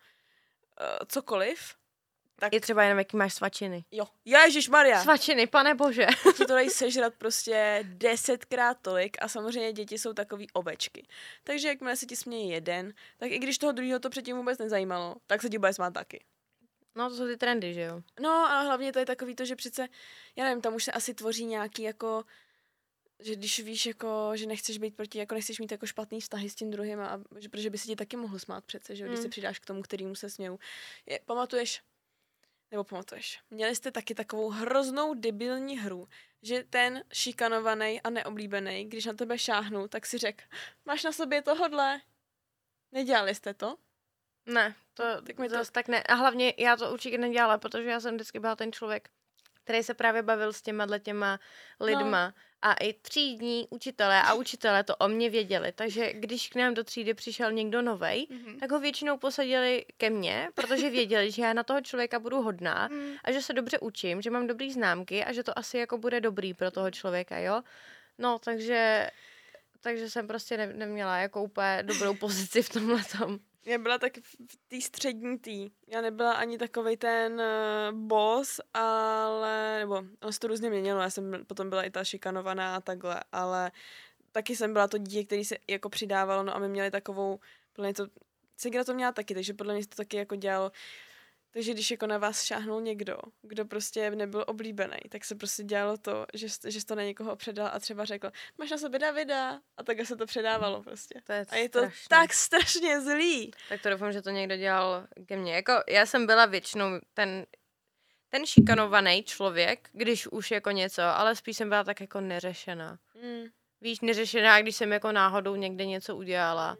cokoliv, tak... Je třeba jenom, jaký máš svačiny. Jo, ježišmarja. Svačiny, pane bože. Ti to dají sežrat prostě desetkrát tolik a samozřejmě děti jsou takový ovečky. Takže jakmile se ti směje jeden, tak i když toho druhého to předtím vůbec nezajímalo, tak se ti bude smát taky. No to jsou ty trendy, že jo? No a hlavně to je takový to, že přece, já nevím, tam už se asi tvoří nějaký jako, že když víš jako, že nechceš být proti, jako nechceš mít jako špatný vztahy s tím druhým a že, protože by se ti taky mohl smát přece, že jo, když mm. se přidáš k tomu, kterýmu se smějou. Je, pamatuješ, Nebo pamatuješ, měli jste taky takovou hroznou debilní hru, že ten šikanovaný a neoblíbený, když na tebe šáhnu, tak si řek, máš na sobě tohodle. Nedělali jste to? Ne, to, tak mi to... to... tak ne. A hlavně já to určitě nedělala, protože já jsem vždycky byla ten člověk, který se právě bavil s těma těma lidma. No. A i třídní učitelé a učitelé to o mě věděli. Takže když k nám do třídy přišel někdo novej, mm-hmm. tak ho většinou posadili ke mně, protože věděli, že já na toho člověka budu hodná mm. a že se dobře učím, že mám dobrý známky a že to asi jako bude dobrý pro toho člověka, jo. No, takže, takže jsem prostě ne, neměla jako úplně dobrou pozici v tomhletom. Já byla tak v té střední tý. Já nebyla ani takovej ten uh, boss, ale, nebo ono se to různě měnilo, já jsem potom byla i ta šikanovaná a takhle, ale taky jsem byla to dítě, který se jako přidávalo, no a my měli takovou, podle mě to, Segra to měla taky, takže podle mě to taky jako dělalo. Takže když jako na vás šáhnul někdo, kdo prostě nebyl oblíbený, tak se prostě dělalo to, že, že jsi to na někoho předal a třeba řekl, máš na sobě Davida a takhle se to předávalo prostě. To je a je to strašný. tak strašně zlý. Tak to doufám, že to někdo dělal ke mně. Jako já jsem byla většinou ten, ten šikanovaný člověk, když už jako něco, ale spíš jsem byla tak jako neřešená. Mm. Víš, neřešená, když jsem jako náhodou někde něco udělala.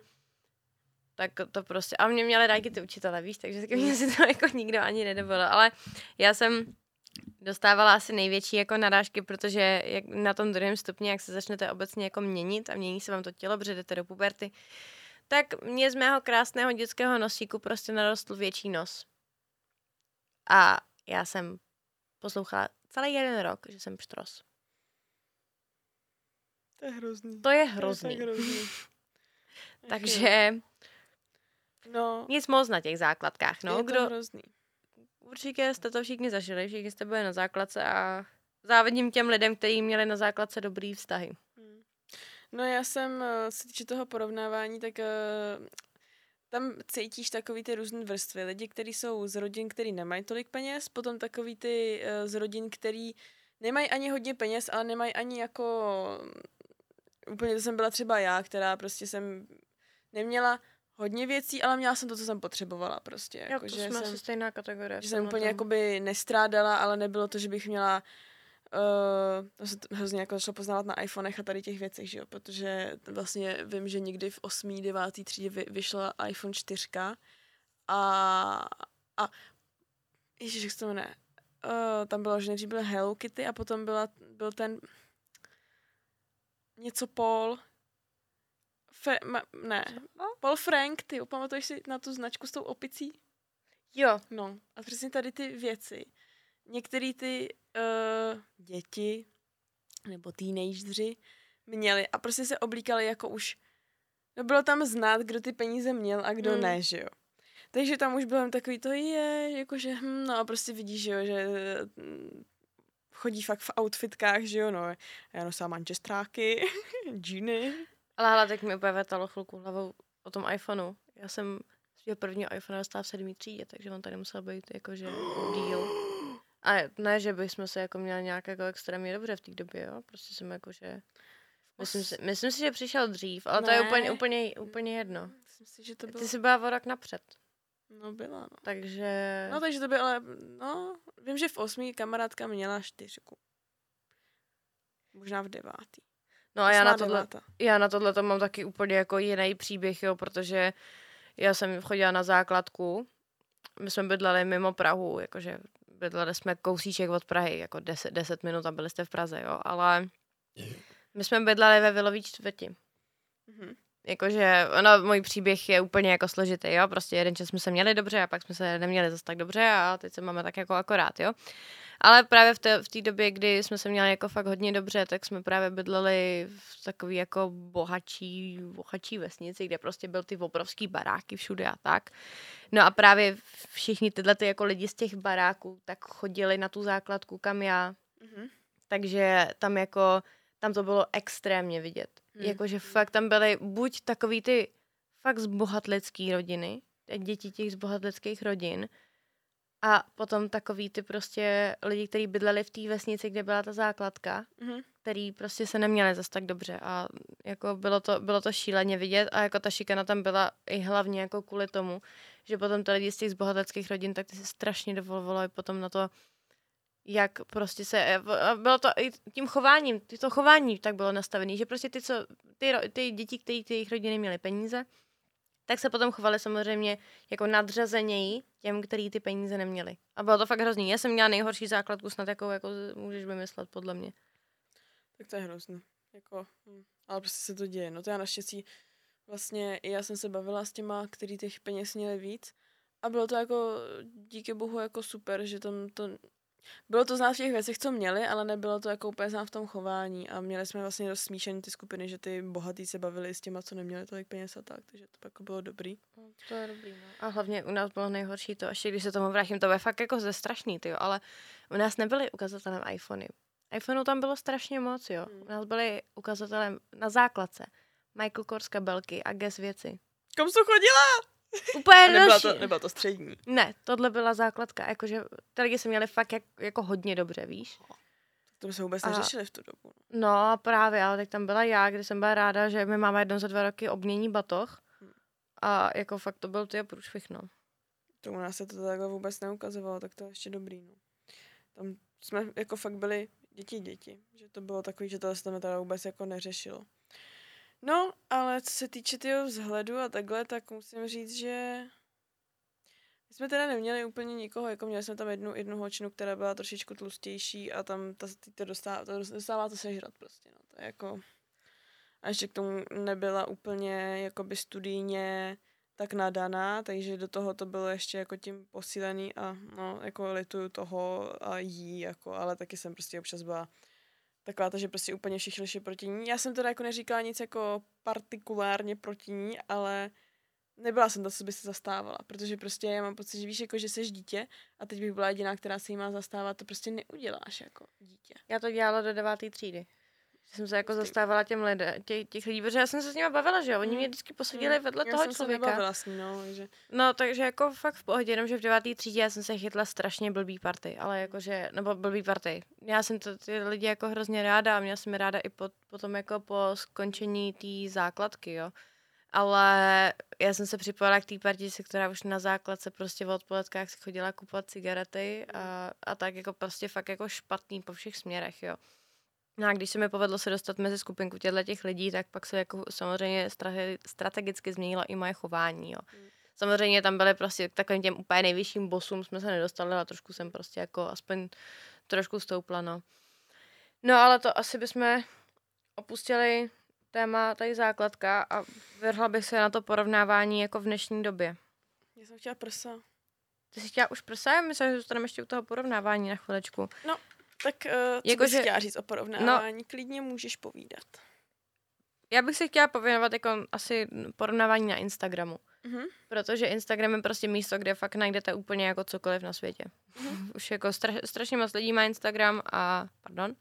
Tak to prostě, a mě měly rádi ty učitele, víš, takže mě si to jako nikdo ani nedovolil, ale já jsem dostávala asi největší jako narážky, protože jak na tom druhém stupni, jak se začnete obecně jako měnit a mění se vám to tělo, protože jdete do puberty, tak mě z mého krásného dětského nosíku prostě narostl větší nos. A já jsem poslouchala celý jeden rok, že jsem pštros. To je hrozný. To je hrozný. To je hrozný. Takže... No. Nic moc na těch základkách, no. Je to Kdo, hrozný. určitě jste to všichni zažili, všichni jste byli na základce a závidím těm lidem, kteří měli na základce dobrý vztahy. Hmm. No já jsem, co se týče toho porovnávání, tak uh, tam cítíš takový ty různé vrstvy. Lidi, kteří jsou z rodin, který nemají tolik peněz, potom takový ty uh, z rodin, který nemají ani hodně peněz, ale nemají ani jako... Úplně to jsem byla třeba já, která prostě jsem neměla hodně věcí, ale měla jsem to, co jsem potřebovala prostě. Jo, jako, to že jsme jsem, asi stejná kategorie. že jsem úplně jakoby nestrádala, ale nebylo to, že bych měla uh, to se hrozně jako začalo poznávat na iPhonech a tady těch věcech, že jo, protože vlastně vím, že někdy v osmý, devátý třídě vy, vyšla iPhone čtyři a a ježiš, jak se to jmenuje, uh, tam bylo, že nejdřív byl Hello Kitty a potom byla, byl ten něco Paul Fe, ma, ne, Paul Frank, ty pamatuješ si na tu značku s tou opicí? Jo. No, a přesně tady ty věci. Některý ty uh, děti nebo teenageři měli a prostě se oblíkali jako už, no bylo tam znát, kdo ty peníze měl a kdo mm. ne, že jo. Takže tam už bylo takový to je, jakože hm, no a prostě vidíš, že jo, že hm, chodí fakt v outfitkách, že jo, no. Já nosila mančestráky, džíny. Ale hele, tak mi úplně vetalo chvilku hlavou o tom iPhoneu. Já jsem svého prvního iPhonea dostala v sedmý třídě, takže on tady musel být jakože díl. A ne, že bychom se jako měli nějak jako extrémně dobře v té době, jo. Prostě jsem jakože... Myslím si, myslím si, že přišel dřív, ale ne. To je úplně, úplně, úplně jedno. Myslím si, že to bylo... Ty jsi byla o rok napřed. No byla, no. Takže... No takže to bylo, ale no, vím, že v osmý kamarádka měla čtyřku. Možná v devátý. No a já na, tohle, já na tohle to mám taky úplně jako jiný příběh, jo, protože já jsem chodila na základku, my jsme bydleli mimo Prahu, jakože bydleli jsme kousíček od Prahy, jako deset, deset minut a byli jste v Praze, jo, ale my jsme bydleli ve Vilový čtvrti. Mm-hmm. Jakože, ono, můj příběh je úplně jako složitý, jo, prostě jeden čas jsme se měli dobře a pak jsme se neměli zase tak dobře a teď se máme tak jako akorát, jo. Ale právě v té v té době, kdy jsme se měli jako fakt hodně dobře, tak jsme právě bydleli v takový jako bohatší, bohatší vesnici, kde prostě byl ty obrovský baráky všude a tak. No a právě všichni tyhle ty jako lidi z těch baráků tak chodili na tu základku, kam já. Mm-hmm. Takže tam jako, tam to bylo extrémně vidět. Mm. Jakože fakt tam byly buď takový ty fakt zbohatlický rodiny, děti těch zbohatlických rodin, a potom takový ty prostě lidi, kteří bydleli v té vesnici, kde byla ta základka, mm-hmm. který prostě se neměli zas tak dobře a jako bylo to, bylo to šíleně vidět a jako ta šikana tam byla i hlavně jako kvůli tomu, že potom ty lidi z těch zbohatlických rodin, tak ty se strašně dovolovali potom na to, jak prostě se, bylo to i tím chováním, to chování tak bylo nastavené, že prostě ty, co, ty, ty děti, které ty jejich rodiny měly peníze, tak se potom chovali samozřejmě jako nadřazeněji těm, který ty peníze neměli. A bylo to fakt hrozný. Já jsem měla nejhorší základku snad, jakou jako můžeš vymyslet, podle mě. Tak to je hrozné. Jako, hm. Ale prostě se to děje. No to já naštěstí vlastně i já jsem se bavila s těma, který těch peněz měli víc. A bylo to jako díky bohu jako super, že tam to... Bylo to znát v těch věcech, co měli, ale nebylo to jako úplně znát v tom chování a měli jsme vlastně dost smíšený ty skupiny, že ty bohatý se bavili s těma, co neměli tolik peněz a tak, takže to jako bylo dobrý. No, to je dobrý, no. A hlavně u nás bylo nejhorší to, ještě když se tomu vrátím, to bylo fakt jako ze strašný, tyjo, ale u nás nebyly ukazatelem iPhony. iPhoneu tam bylo strašně moc, jo. Hmm. U nás byly ukazatelem na základce. Michael Kors kabelky a Guess věci. Kam jsi chodila? Úplně nebyla to, nebyla to střední. Ne, tohle byla základka, jakože ty lidi se měli fakt jak, jako hodně dobře, víš. To by se vůbec a, neřešili v tu dobu. No a právě, ale teď tam byla já, kdy jsem byla ráda, že mi máma jednou za dva roky obmění batoh a jako fakt to byl ty průšvih, no. To u nás se to takhle vůbec neukazovalo, tak to je ještě dobrý, no. Tam jsme jako fakt byli děti děti, že to bylo takový, že to se tam teda vůbec jako neřešilo. No, ale co se týče toho vzhledu a takhle, tak musím říct, že my jsme teda neměli úplně nikoho, jako měli jsme tam jednu, jednu holčinu, která byla trošičku tlustější a tam ta, to, dostává, to dostává to sežrat prostě, no, to je jako... A ještě k tomu nebyla úplně jakoby studijně tak nadaná, takže do toho to bylo ještě jako tím posílený a no, jako lituju toho a jí, jako, ale taky jsem prostě občas byla taková ta, že prostě úplně všichni šli proti ní. Já jsem teda jako neříkala nic jako partikulárně proti ní, ale nebyla jsem ta, co by se zastávala, protože prostě já mám pocit, že víš, jako, že jsi dítě a teď bych byla jediná, která se jí má zastávat, to prostě neuděláš jako dítě. Já to dělala do deváté třídy. Jsem se jako zastávala těm lidem, těch, těch lidí, protože já jsem se s nimi bavila, že jo, oni mě vždycky posadili vedle já toho jsem člověka. Se nebavila s ní, no, takže... no, takže jako fakt v pohodě, jenomže v deváté třídě já jsem se chytla strašně blbý party, ale jakože, nebo blbý party. Já jsem to, ty lidi jako hrozně ráda a měla jsem je ráda i po, potom jako po skončení té základky, jo. Ale já jsem se připojila k té partici, která už na základce prostě v odpoledkách si chodila kupovat cigarety a, a tak jako prostě fakt jako špatný po všech směrech, jo. No a když se mi povedlo se dostat mezi skupinku těchto těch lidí, tak pak se jako samozřejmě strategicky změnilo i moje chování, jo. Mm. Samozřejmě tam byly prostě k takovým těm úplně nejvyšším bossům jsme se nedostali, ale trošku jsem prostě jako aspoň trošku stoupla, no. No ale to asi bychom opustili téma tady základka a vrhla bych se na to porovnávání jako v dnešní době. Já jsem chtěla prsa. Ty jsi chtěla už prsa? Já myslím, že zůstaneme ještě u toho porovnávání na chviličku. No, tak uh, co jako bys že... chtěla říct o porovnávání? No, klidně můžeš povídat. Já bych se chtěla pověnovat jako asi porovnávání na Instagramu. Mm-hmm. Protože Instagram je prostě místo, kde fakt najdete úplně jako cokoliv na světě. Mm-hmm. Už jako stra- strašně moc lidí má Instagram a... Pardon?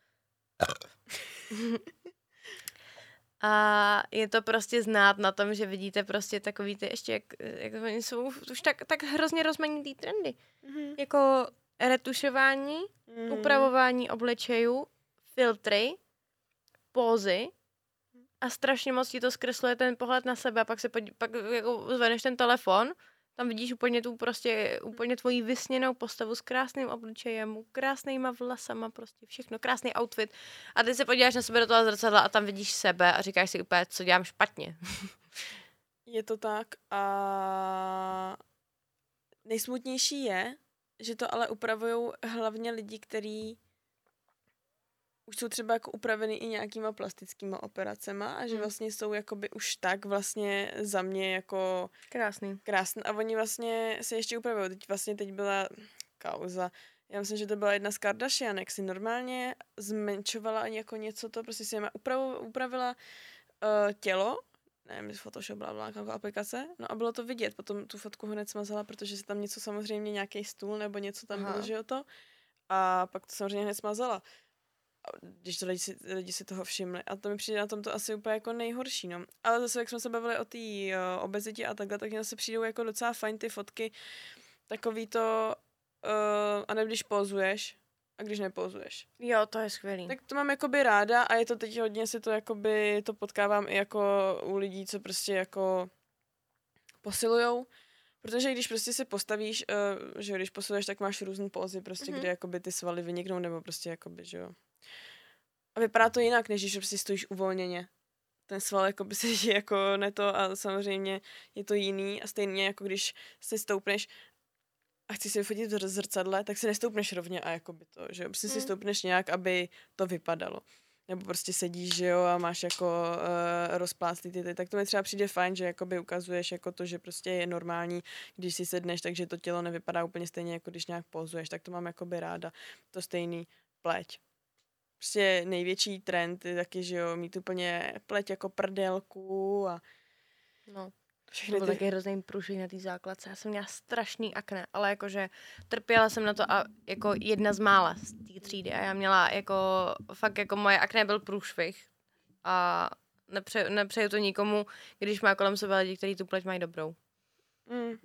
A je to prostě znát na tom, že vidíte prostě takový ty ještě, jak, jak oni jsou už tak, tak hrozně rozmanitý trendy. Mm-hmm. Jako retušování, mm. upravování obličejů, filtry, pózy a strašně moc ti to zkresluje ten pohled na sebe a pak se podí, pak jako zvedneš ten telefon, tam vidíš úplně tu prostě, úplně tvoji vysněnou postavu s krásným obličejem, krásnýma vlasama, prostě všechno, krásný outfit a ty se podíváš na sebe do toho zrcadla a tam vidíš sebe a říkáš si úplně, co dělám špatně. Je to tak a nejsmutnější je, že to ale upravujou hlavně lidi, kteří už jsou třeba jako upravený i nějakýma plastickýma operacema a že hmm. vlastně jsou jakoby už tak vlastně za mě jako krásný. Krásný. A oni vlastně se ještě upravují. Teď vlastně teď byla kauza. Já myslím, že to byla jedna z Kardashian, jak si normálně zmenšovala jako něco to, prostě si upravo, upravila uh, tělo, nevím, z Photoshop, byla nějaká aplikace, no a bylo to vidět. Potom tu fotku hned smazala, protože si tam něco samozřejmě, nějaký stůl nebo něco tam Aha. bylo, že jo to. A pak to samozřejmě hned smazala. Když to lidi si, lidi si toho všimli. A to mi přijde na tom to asi úplně jako nejhorší, no. Ale zase, jak jsme se bavili o té uh, obezitě a takhle, tak zase přijdou jako docela fajn ty fotky. Takový to, uh, a ne když pózuješ a když nepózuješ. Jo, to je skvělý. Tak to mám jakoby ráda a je to teď hodně si to jakoby, to potkávám i jako u lidí, co prostě jako posilujou. Protože když prostě si postavíš, uh, že když posiluješ, tak máš různý pózy, prostě, mm-hmm. kde jakoby ty svaly vyniknou, nebo prostě jakoby, že jo. A vypadá to jinak, než když prostě stojíš uvolněně. Ten sval jako by se žije jako neto a samozřejmě je to jiný a stejně jako když se stoupneš a chceš si vyfotit v zrcadle, tak se nestoupneš rovně a jako by to, že jo. Prostě mm. si stoupneš nějak, aby to vypadalo. Nebo prostě sedíš, že jo, a máš jako uh, rozpláclý ty, ty, tak to mi třeba přijde fajn, že jakoby ukazuješ jako to, že prostě je normální, když si sedneš, takže to tělo nevypadá úplně stejně, jako když nějak pozuješ, tak to mám jakoby ráda. To stejný pleť. Prostě největší trend je taky, že jo, mít úplně pleť jako prdelku a no. To byl ty... taky hrozný průšvih na té základce. Já jsem měla strašný akné, ale jakože trpěla jsem na to a jako jedna z mála z té třídy a já měla jako, fakt jako moje akné byl průšvih a nepře, nepřeju to nikomu, když má kolem sebe lidi, kteří tu pleť mají dobrou. Mm.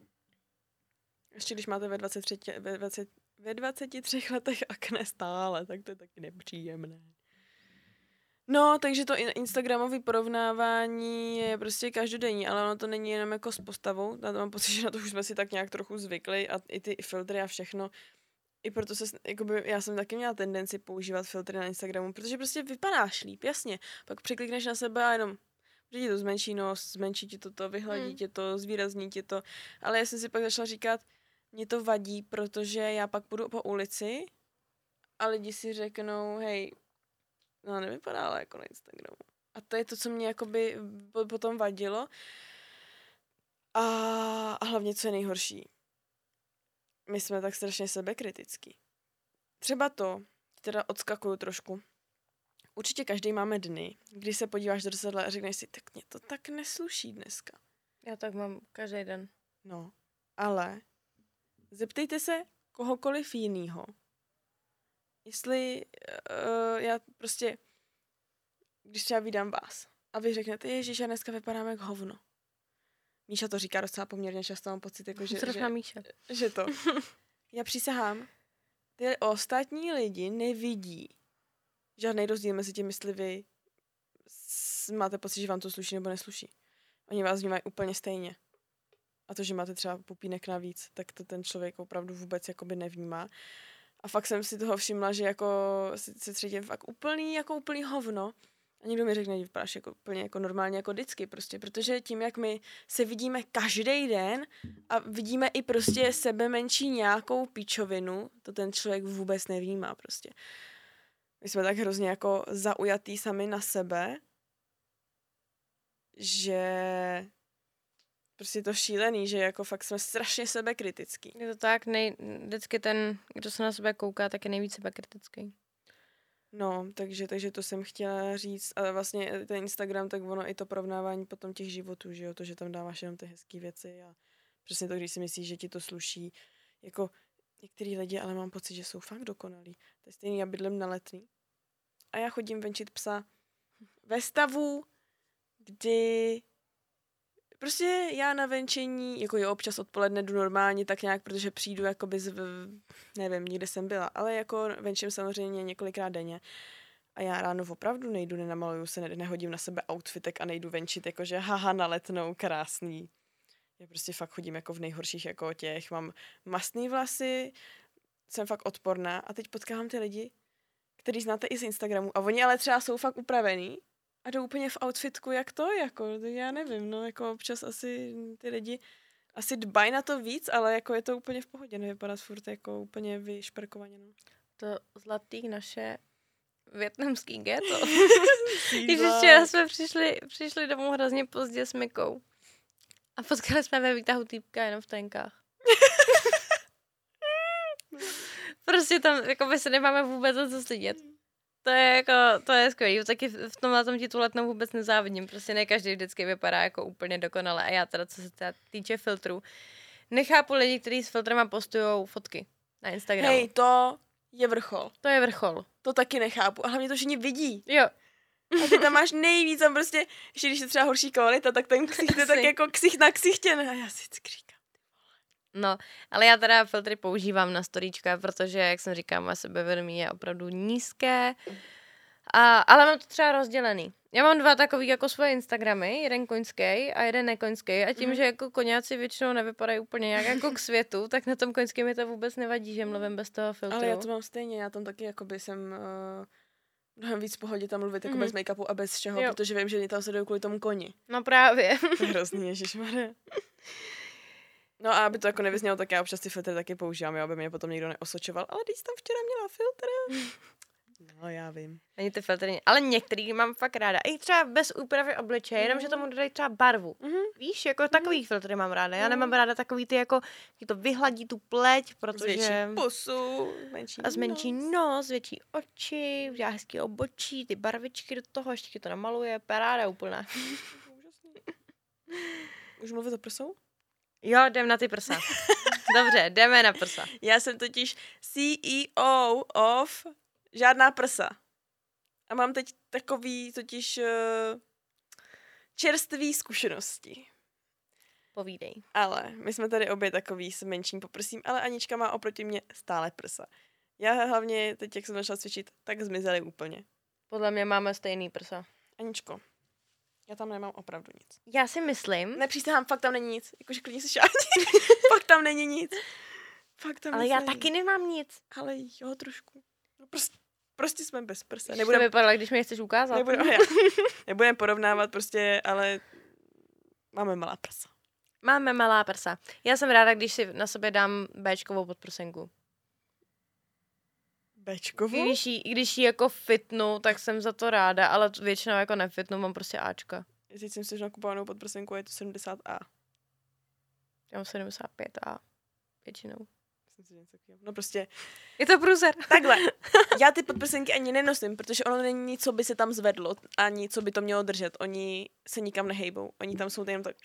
Ještě když máte ve dvaceti třech, ve dvaceti, ve dvaceti třech letech akné stále, tak to je taky nepříjemné. No, takže to instagramové porovnávání je prostě každodenní, ale ono to není jenom jako s postavou. Já to mám pocit, že na to už jsme si tak nějak trochu zvykli a i ty filtry a všechno. I proto se, jakoby, já jsem taky měla tendenci používat filtry na Instagramu, protože prostě vypadáš líp, jasně. Pak přiklikneš na sebe a jenom, že ti to zmenší nos, zmenší ti to, to vyhladí hmm. tě to, zvýrazní ti to. Ale já jsem si pak začala říkat, mě to vadí, protože já pak půjdu po ulici a lidi si řeknou, hej, no nevypadá ale jako na Instagramu. A to je to, co mě jakoby potom vadilo. A, a hlavně, co je nejhorší. My jsme tak strašně sebekritický. Třeba to, teda odskakuju trošku. Určitě každý máme dny, kdy se podíváš do zrcadla a řekneš si, tak mě to tak nesluší dneska. Já tak mám každý den. No, ale zeptejte se kohokoliv jinýho. Jestli uh, já prostě, když třeba vydám vás a vy řeknete, ježiš, já dneska vypadám jak hovno. Míša to říká docela poměrně často, mám pocit, jako, že, že, Míša. že to. Já přísahám, ty ostatní lidi nevidí žádný rozdíl mezi tím, jestli vy máte pocit, že vám to sluší nebo nesluší. Oni vás vnímají úplně stejně. A to, že máte třeba pupínek navíc, tak to ten člověk opravdu vůbec jakoby nevnímá. A fakt jsem si toho všimla, že jako se cítím fakt úplný, jako úplný hovno. A někdo mi řekne, že vypadáš jako úplně jako normálně jako vždycky prostě, protože tím, jak my se vidíme každý den a vidíme i prostě sebe menší nějakou píčovinu, to ten člověk vůbec nevnímá prostě. My jsme tak hrozně jako zaujatý sami na sebe, že prostě je to šílený, že jako fakt jsme strašně sebekritický. Je to tak, nej, vždycky ten, kdo se na sebe kouká, tak je nejvíc sebekritický. No, takže, takže to jsem chtěla říct. A vlastně ten Instagram, tak ono i to porovnávání potom těch životů, že jo, to, že tam dáváš jenom ty hezké věci a přesně to, když si myslíš, že ti to sluší. Jako některý lidi, ale mám pocit, že jsou fakt dokonalí. To je stejný, já bydlím na Letný. A já chodím venčit psa ve stavu, kdy prostě já na venčení, jako jo, občas odpoledne jdu normálně tak nějak, protože přijdu jakoby z, nevím, nikde jsem byla, ale jako venčím samozřejmě několikrát denně. A já ráno opravdu nejdu, nenamaluju se, ne, nehodím na sebe outfitek a nejdu venčit, jakože haha, na Letnou, krásný. Já prostě fakt chodím jako v nejhorších jako těch, mám mastný vlasy, jsem fakt odporná a teď potkávám ty lidi, který znáte i z Instagramu a oni ale třeba jsou fakt upravený a jdou úplně v outfitku, jak to, jako, já nevím, no, jako občas asi ty lidi asi dbají na to víc, ale jako je to úplně v pohodě, nevypadat furt jako úplně vyšperkovaně, no. To zlatý naše vietnamský ghetto. Když včera jsme přišli, přišli domů hrozně pozdě s Mikou a potkali jsme ve výtahu týpka jenom v tenkách. Prostě tam jako my se nemáme vůbec za co stydět. To je jako, to je skvělý. Taky v tomhle tom ti tu Letnou vůbec nezávidím. Prostě ne každý vždycky vypadá jako úplně dokonale. A já teda, co se teda týče filtrů, nechápu lidi, kteří s filtrama postujou fotky na Instagramu. Hej, to je vrchol. To je vrchol. To taky nechápu. A hlavně to všichni vidí. Jo. A ty tam máš nejvíc, tam prostě, ještě když je třeba horší kvalita, tak ten ksicht je tak jako ksicht na ksichtě. A já si vždycky říkám. No, ale já teda filtry používám na storíčka, protože, jak jsem říkala, moje sebevědomí je opravdu nízké. A, ale mám to třeba rozdělený. Já mám dva takový jako svoje Instagramy, jeden koňský a jeden nekoňský. A tím, mm. že jako koňáci většinou nevypadají úplně nějak jako k světu, tak na tom koňském mi to vůbec nevadí, že mluvím bez toho filtru. Ale já to mám stejně, já tam taky jakoby jsem uh, mnohem víc v pohodě tam mluvit jako mm. bez make-upu a bez čeho, jo. Protože vím, že mě tam se jdou kvůli tomu koni. No právě. To je hrozný, ježišmarja. No a aby to jako nevyznělo, tak já občas ty filtry taky používám, jo, aby mě potom někdo neosočoval. Ale když jsi tam včera měla filtr. No, já vím. Ani ty filtry, ale některý mám fakt ráda. I třeba bez úpravy obličeje, mm. jenom že tomu dodají třeba barvu. Mm-hmm. Víš, jako takový mm. filtry mám ráda. Já nemám ráda takový ty jako, to vyhladí tu pleť, protože... Zvětší pusu, menší a zmenší nos. nos, větší oči, udělá hezký obočí, ty barvičky do toho, ještě to namaluje, paráda úplná. Už mluvit o prsou? Jo, jdem na ty prsa. Dobře, jdeme na prsa. Já jsem totiž C E O of žádná prsa. A mám teď takový totiž uh, čerstvý zkušenosti. Povídej. Ale my jsme tady obě takový s menším poprsím, ale Anička má oproti mě stále prsa. Já hlavně teď, jak jsem začala cvičit, tak zmizely úplně. Podle mě máme stejný prsa. Aničko, já tam nemám opravdu nic. Já si myslím... Nepřísahám, fakt tam není nic. Jakože klidně si šáhni. Fakt tam není nic. Fakt tam ale nic já není. Taky nemám nic. Ale jo, trošku. No prostě, prostě jsme bez prsa. Nebudem, to vypadalo, když mi je chceš ukázat. Nebudem, já, nebudem porovnávat prostě, ale máme malá prsa. Máme malá prsa. Já jsem ráda, když si na sobě dám béčkovou podprsenku. Béčkovou? Když jí, když jí jako fitnu, tak jsem za to ráda, ale většinou jako nefitnu, mám prostě Ačka. Teď jsem si nakupovanou podprsenku, je to sedmdesát A. Já mám sedmdesát pět A. Většinou. No prostě. Je to průser. Takhle. Já ty podprsenky ani nenosím, protože ono není nic, co by se tam zvedlo, ani co by to mělo držet. Oni se nikam nehejbou. Oni tam jsou jenom tak...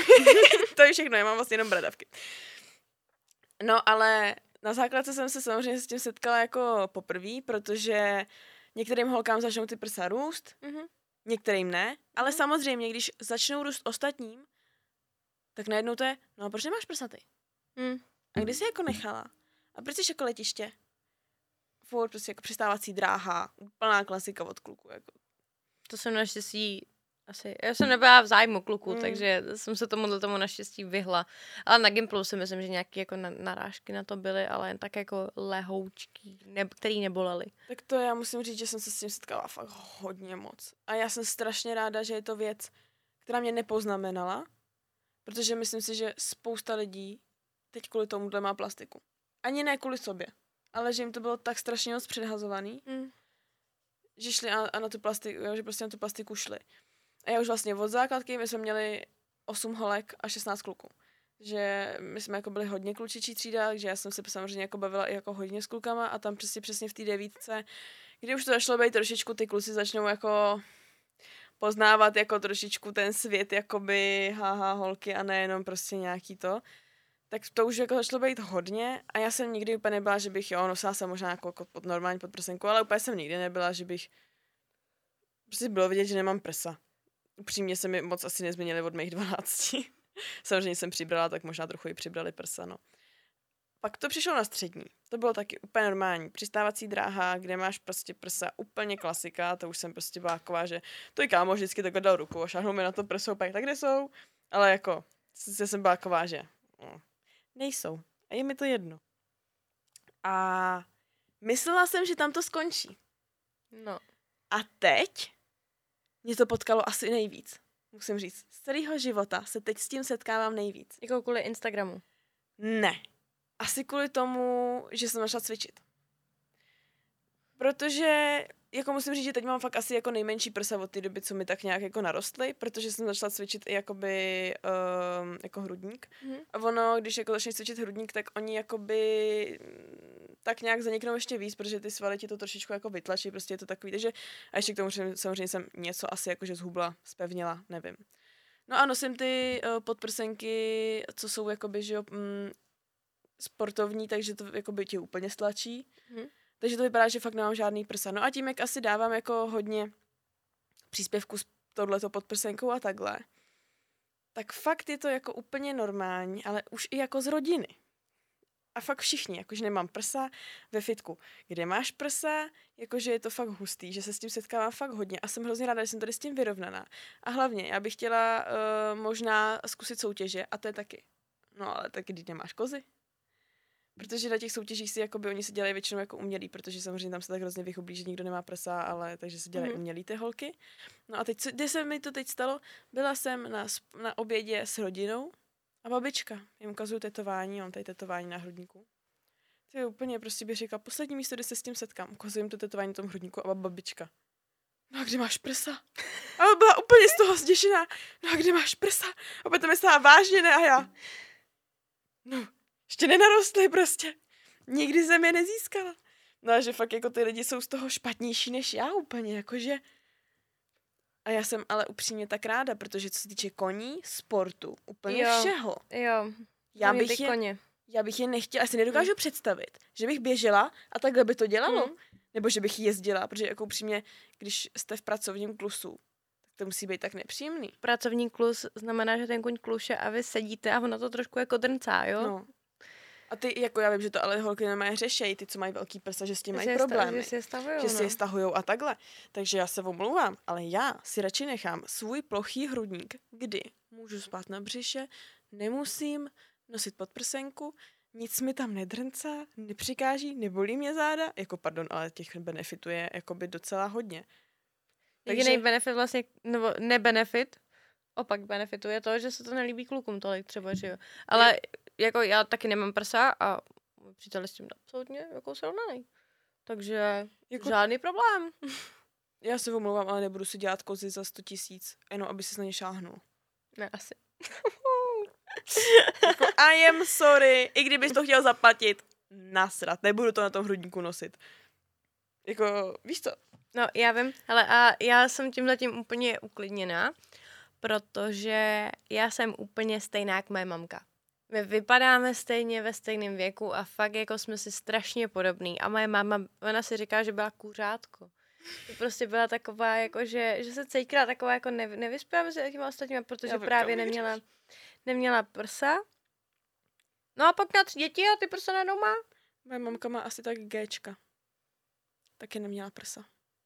To je všechno, já mám vlastně jenom bradavky. No, ale na základce jsem se samozřejmě s tím setkala jako poprvé, protože některým holkám začnou ty prsa růst, Mm-hmm. některým ne, ale Mhm. samozřejmě, když začnou růst ostatním, tak najednou to je, no a proč nemáš prsa ty? Mm. A kdy jsi jako nechala? A proč jsi jako letiště? Furt prostě jako přistávací dráha, úplná klasika od kluku. Jako. To jsem naštěstí asi, já jsem nebyla v zájmu kluku, Mm. takže jsem se tomuhle tomu naštěstí vyhla. Ale na Gimplu si myslím, že nějaké jako na, narážky na to byly, ale jen tak jako lehoučký, ne, který nebolely. Tak to já musím říct, že jsem se s tím setkala fakt hodně moc. A já jsem strašně ráda, že je to věc, která mě nepoznamenala, protože myslím si, že spousta lidí teď kvůli tomuhle má plastiku. Ani ne kvůli sobě, ale že jim to bylo tak strašně moc předhazovaný, Mm. že šli a, a na tu plastiku, že prostě na tu plastiku šli. A já už vlastně od základky, my jsme měli osm holek a šestnáct kluků. Že my jsme jako byli hodně klučičí třída, takže já jsem se samozřejmě jako bavila i jako hodně s klukama a tam přesně přesně v té devítce, kdy už to začalo být trošičku, ty kluci začnou jako poznávat jako trošičku ten svět, jakoby haha holky a nejenom prostě nějaký to. Tak to už jako začalo být hodně a já jsem nikdy úplně nebyla, že bych, jo, nosila jsem možná jako, jako pod normální podprsenku, ale úplně jsem nikdy nebyla, že bych prostě bylo vidět, že nemám prsa. Upřímně se mi moc asi nezměnily od mých dvanácti. Samozřejmě jsem přibrala, tak možná trochu i přibrali prsa, no. Pak to přišlo na střední. To bylo taky úplně normální. Přistávací dráha, kde máš prostě prsa, úplně klasika, to už jsem prostě byla taková, že to i kámo vždycky takhle dal ruku a šáhnul mi na to prso, pak tak kde jsou? Ale jako, já jsem byla taková, že no, nejsou. A je mi to jedno. A myslela jsem, že tam to skončí. No. A teď mě to potkalo asi nejvíc. Musím říct, z celého života se teď s tím setkávám nejvíc. Jako kvůli Instagramu. Ne. Asi kvůli tomu, že jsem začala cvičit. Protože, jako musím říct, že teď mám fakt asi jako nejmenší prsa od té doby, co mi tak nějak jako narostly, protože jsem začala cvičit i jakoby um, jako hrudník. Mhm. A ono, když jako začneš cvičit hrudník, tak oni jakoby tak nějak zaniknou ještě víc, protože ty svaly ti to trošičku jako vytlačí, prostě je to takový, takže a ještě k tomu samozřejmě jsem něco asi jakože zhubla, zpevnila, nevím. No a nosím ty uh, podprsenky, co jsou jakoby, že jo, mm, sportovní, takže to jakoby tě úplně stlačí. Mhm. Takže to vypadá, že fakt nemám žádný prsa. No a tím, jak asi dávám jako hodně příspěvku s touhleto podprsenkou a takhle, tak fakt je to jako úplně normální, ale už i jako z rodiny. A fakt všichni, jakože nemám prsa ve fitku. Kde máš prsa, jakože je to fakt hustý, že se s tím setkávám fakt hodně a jsem hrozně ráda, že jsem tady s tím vyrovnaná. A hlavně, já bych chtěla uh, možná zkusit soutěže a to je taky. No ale taky, když nemáš kozy. Protože na těch soutěžích si jakoby, oni se dělají většinou jako umělí, protože samozřejmě tam se tak hrozně vychoblí, že nikdo nemá prsa, ale takže se dělají mm-hmm. umělí ty holky. No a teď, co, kde se mi to teď stalo? Byla jsem na, na obědě s rodinou a babička. Jim ukazuju tetování, mám tady tetování na hrudníku. To je úplně, prostě bych řekla, poslední místo, kde se s tím setkám. Ukazuju jim to tetování na tom hrudníku a babička. No a kde máš prsa? A byla úplně z toho zděšená. No a kde máš prsa? A potom myslela vážně, ne? A já. No, ještě nenarostly prostě. Nikdy jsem je nezískala. No a že fakt jako ty lidi jsou z toho špatnější než já úplně, jakože. A já jsem ale upřímně tak ráda, protože co se týče koní, sportu, úplně jo, všeho. Jo, já bych, je, koně. já bych je nechtěla, já si nedokážu mm. představit, že bych běžela a takhle by to dělalo. Mm. Nebo že bych jezdila, protože jako upřímně, když jste v pracovním klusu, tak to musí být tak nepříjemný. Pracovní klus znamená, že ten kuň kluše a vy sedíte a ono to trošku jako drncá, jo? No. A ty, jako já vím, že to ale holky nemají řešejí, ty, co mají velký prsa, že s tím mají že problémy. Že si je stahujou, že no. si je stahujou a takhle. Takže já se omlouvám, ale já si radši nechám svůj plochý hrudník, kdy můžu spát na břiše, nemusím nosit podprsenku, nic mi tam nedrncá, nepřikáží, nebolí mě záda, jako pardon, ale těch benefitů je jakoby docela hodně. Jediný benefit vlastně, nebo nebenefit, opak benefitu je to, že se to nelíbí klukům tolik třeba, že jo. Ale je. Jako já taky nemám prsa a můj přítel s tím absolutně jako srovnaný. Takže jako žádný problém. Já se omlouvám, ale nebudu si dělat kozy za sto tisíc, jenom aby si na ně šáhnul. Ne, asi. Jako I am sorry, i kdybys to chtěl zaplatit, nasrat, nebudu to na tom hrudníku nosit. Jako, víš co? No, já vím, hele, a já jsem tím zatím úplně uklidněná, protože já jsem úplně stejná jak moje mamka. My vypadáme stejně ve stejném věku a fakt jako jsme si strašně podobný. A moje máma, ona si říká, že byla kuřátko. To prostě byla taková, jako že, že se cítila taková, jako ne, nevyspěla mezi těma ostatníma, protože právě neměla, neměla prsa. No a pak měla tři děti a ty prsa najednou má. Moje mamka má asi tak Géčka. Taky neměla prsa.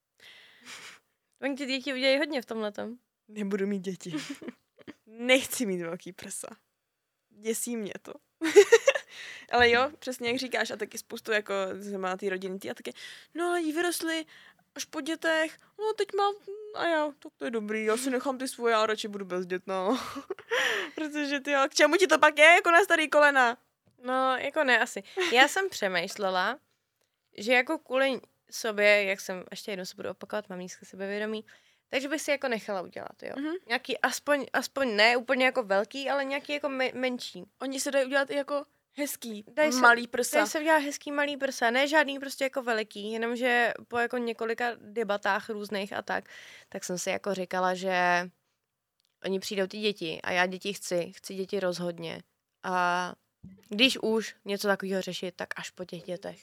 Oni ty děti udělají hodně v tomhletom. Nebudu mít děti. Nechci mít velký prsa. Děsí mě to. Ale jo, přesně jak říkáš, a taky spoustu jako má ty rodiny ty a taky, no ale jí vyrostly až po dětech, no teď má, a já, tak to je dobrý, já si nechám ty svoje, a radši budu bezdětná. Protože ty jo, k čemu ti to pak je, jako na starý kolena? No, jako ne, asi. Já jsem přemýšlela, že jako kvůli sobě, jak jsem, ještě jednou se budu opakovat, mám nízké sebevědomí, takže bych si jako nechala udělat, jo. Mm-hmm. Nějaký aspoň, aspoň ne úplně jako velký, ale nějaký jako me- menší. Oni se dají udělat i jako hezký, daj malý se, prsa. Dají se udělat hezký malý prsa, ne žádný prostě jako veliký, jenomže po jako několika debatách různých a tak, tak jsem si jako říkala, že oni přijdou ty děti a já děti chci, chci děti rozhodně. A když už něco takového řešit, tak až po těch dětech.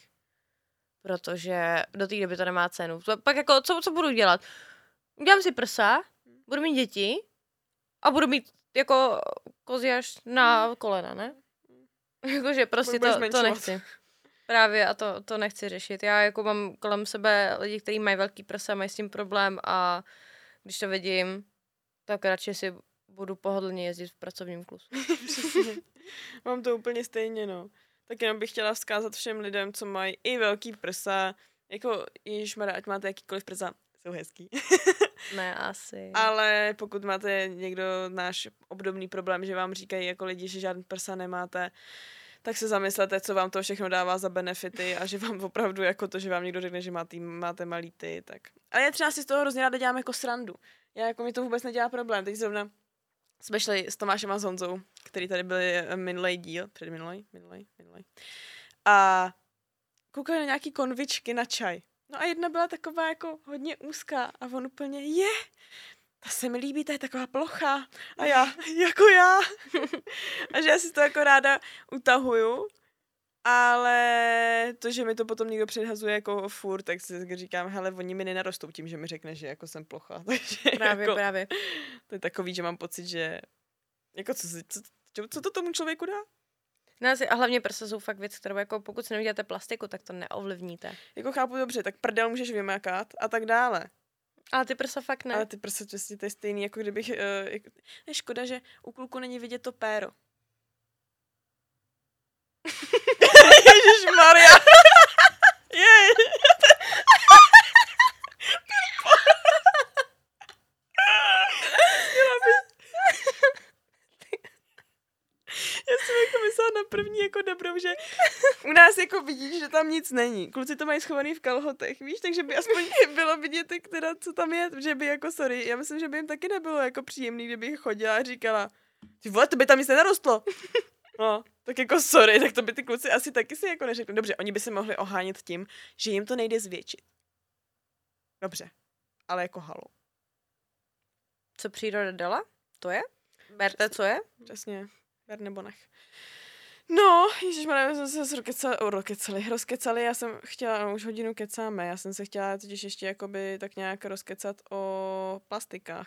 Protože do té doby to nemá cenu. Pak jako, co, co budu dělat? Udělám si prsa, budu mít děti a budu mít jako kozy až na kolena, ne? Jakože prostě to, to nechci. Právě a to, to nechci řešit. Já jako mám kolem sebe lidi, kteří mají velký prsa, mají s tím problém a když to vidím, tak radši si budu pohodlně jezdit v pracovním klusu. Mám to úplně stejně, no. Tak jenom bych chtěla vzkázat všem lidem, co mají i velký prsa, jako ježišmarja, ať máte jakýkoliv prsa, jsou hezký. Ne, asi. Ale pokud máte někdo náš obdobný problém, že vám říkají jako lidi, že žádný prsa nemáte, tak se zamyslete, co vám to všechno dává za benefity a že vám opravdu jako to, že vám někdo řekne, že máte, máte malý ty, tak. Ale já třeba si z toho hrozně ráda dělám jako srandu. Já jako mi to vůbec nedělá problém. Teď zrovna jsme šli s Tomášem a s Honzou, který tady byli minulej díl, předminulej, minulej, minulej. A koukali na nějaký konvičky na čaj. No a jedna byla taková jako hodně úzká a on úplně, je, ta se mi líbí, ta je taková plochá. A já, jako já. A že já si to jako ráda utahuju, ale to, že mi to potom někdo předhazuje jako furt, tak si říkám, hele, oni mi nenarostou tím, že mi řekne, že jako jsem plochá. Takže právě, jako, právě. To je takový, že mám pocit, že jako co, co, co, co to tomu člověku dá? No asi, a hlavně prsa jsou fakt věc, kterou jako pokud si nevyděláte plastiku, tak to neovlivníte. Jako chápu dobře, tak prdel můžeš vymakat a tak dále. Ale ty prsa fakt ne. Ale ty prsa čestě, to je stejný, jako kdybych, uh, jako, je škoda, že u kluku není vidět to péro. Ježišmarja. Jej. Já jsem jako myslela na první jako dobrou, že u nás jako vidíš, že tam nic není. Kluci to mají schovaný v kalhotech, víš, takže by aspoň bylo vidět, teda, co tam je, že by jako, sorry, já myslím, že by jim taky nebylo jako příjemný, kdybych chodila a říkala, ty vole, to by tam nic nenarostlo. No, tak jako sorry, tak to by ty kluci asi taky si jako neřekli. Dobře, oni by se mohli ohánět tím, že jim to nejde zvětšit. Dobře, ale jako halo. Co příroda dala? To je? Berte, co je? Přesně. Ber nebo nech. No, ježišmarja, jsme se rozkecali, rozkecali, rozkecali, já jsem chtěla, no už hodinu kecáme, já jsem se chtěla totiž ještě jakoby tak nějak rozkecat o plastikách.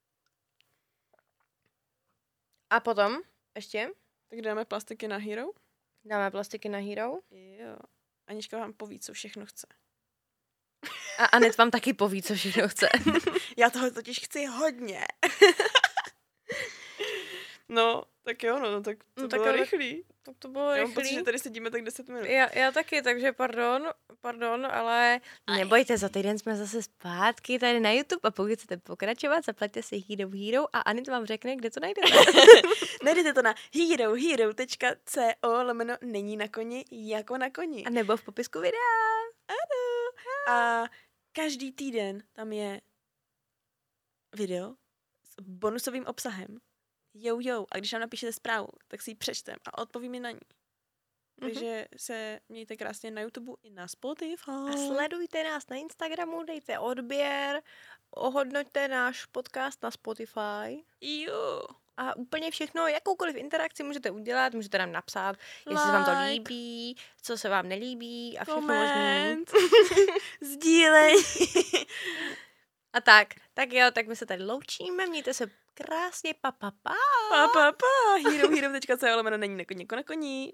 A potom? Ještě? Tak dáme plastiky na Hero? Dáme plastiky na Hero? Jo. Anička vám poví, co všechno chce. A Anet vám taky poví, co všechno chce. Já toho totiž chci hodně. No, tak jo, no, tak to no, bylo tak rychlý. Tak to bylo já rychlý. mám pocit, že tady sedíme tak deset minut. Já, já taky, takže pardon, pardon, ale nebojte, za týden jsme zase zpátky tady na YouTube a pokud chcete pokračovat, zaplaťte si Hero Hero a Anet vám řekne, kde to najdete. Najdete to na herohero.co lomeno není na koni jako na koni. A nebo v popisku videa. Ano. A každý týden tam je video s bonusovým obsahem. Jo, jo. A když nám napíšete zprávu, tak si ji přečtem a odpovím mi na ní. Takže se mějte krásně na YouTube i na Spotify. A sledujte nás na Instagramu, dejte odběr, ohodnoťte náš podcast na Spotify. Jo. A úplně všechno, jakoukoliv interakci můžete udělat, můžete nám napsat, jestli se vám to líbí, co se vám nelíbí a všechno možné. Sdílej. A tak, tak jo, tak my se tady loučíme, mějte se krásně, pa pa pa. Pa pa pa, hero hero tečka co lomeno není na koní, na koní.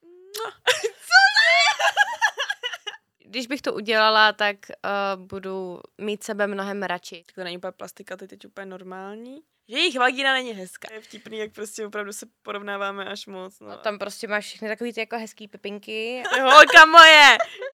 Když bych to udělala, tak uh, budu mít sebe mnohem radši. To není úplně plastika, to je teď úplně normální. Že jejich vagína není hezká. Je vtipný, jak prostě opravdu se porovnáváme až moc. No. No, tam prostě máš všechny takový ty jako hezký pepinky. Holka moje!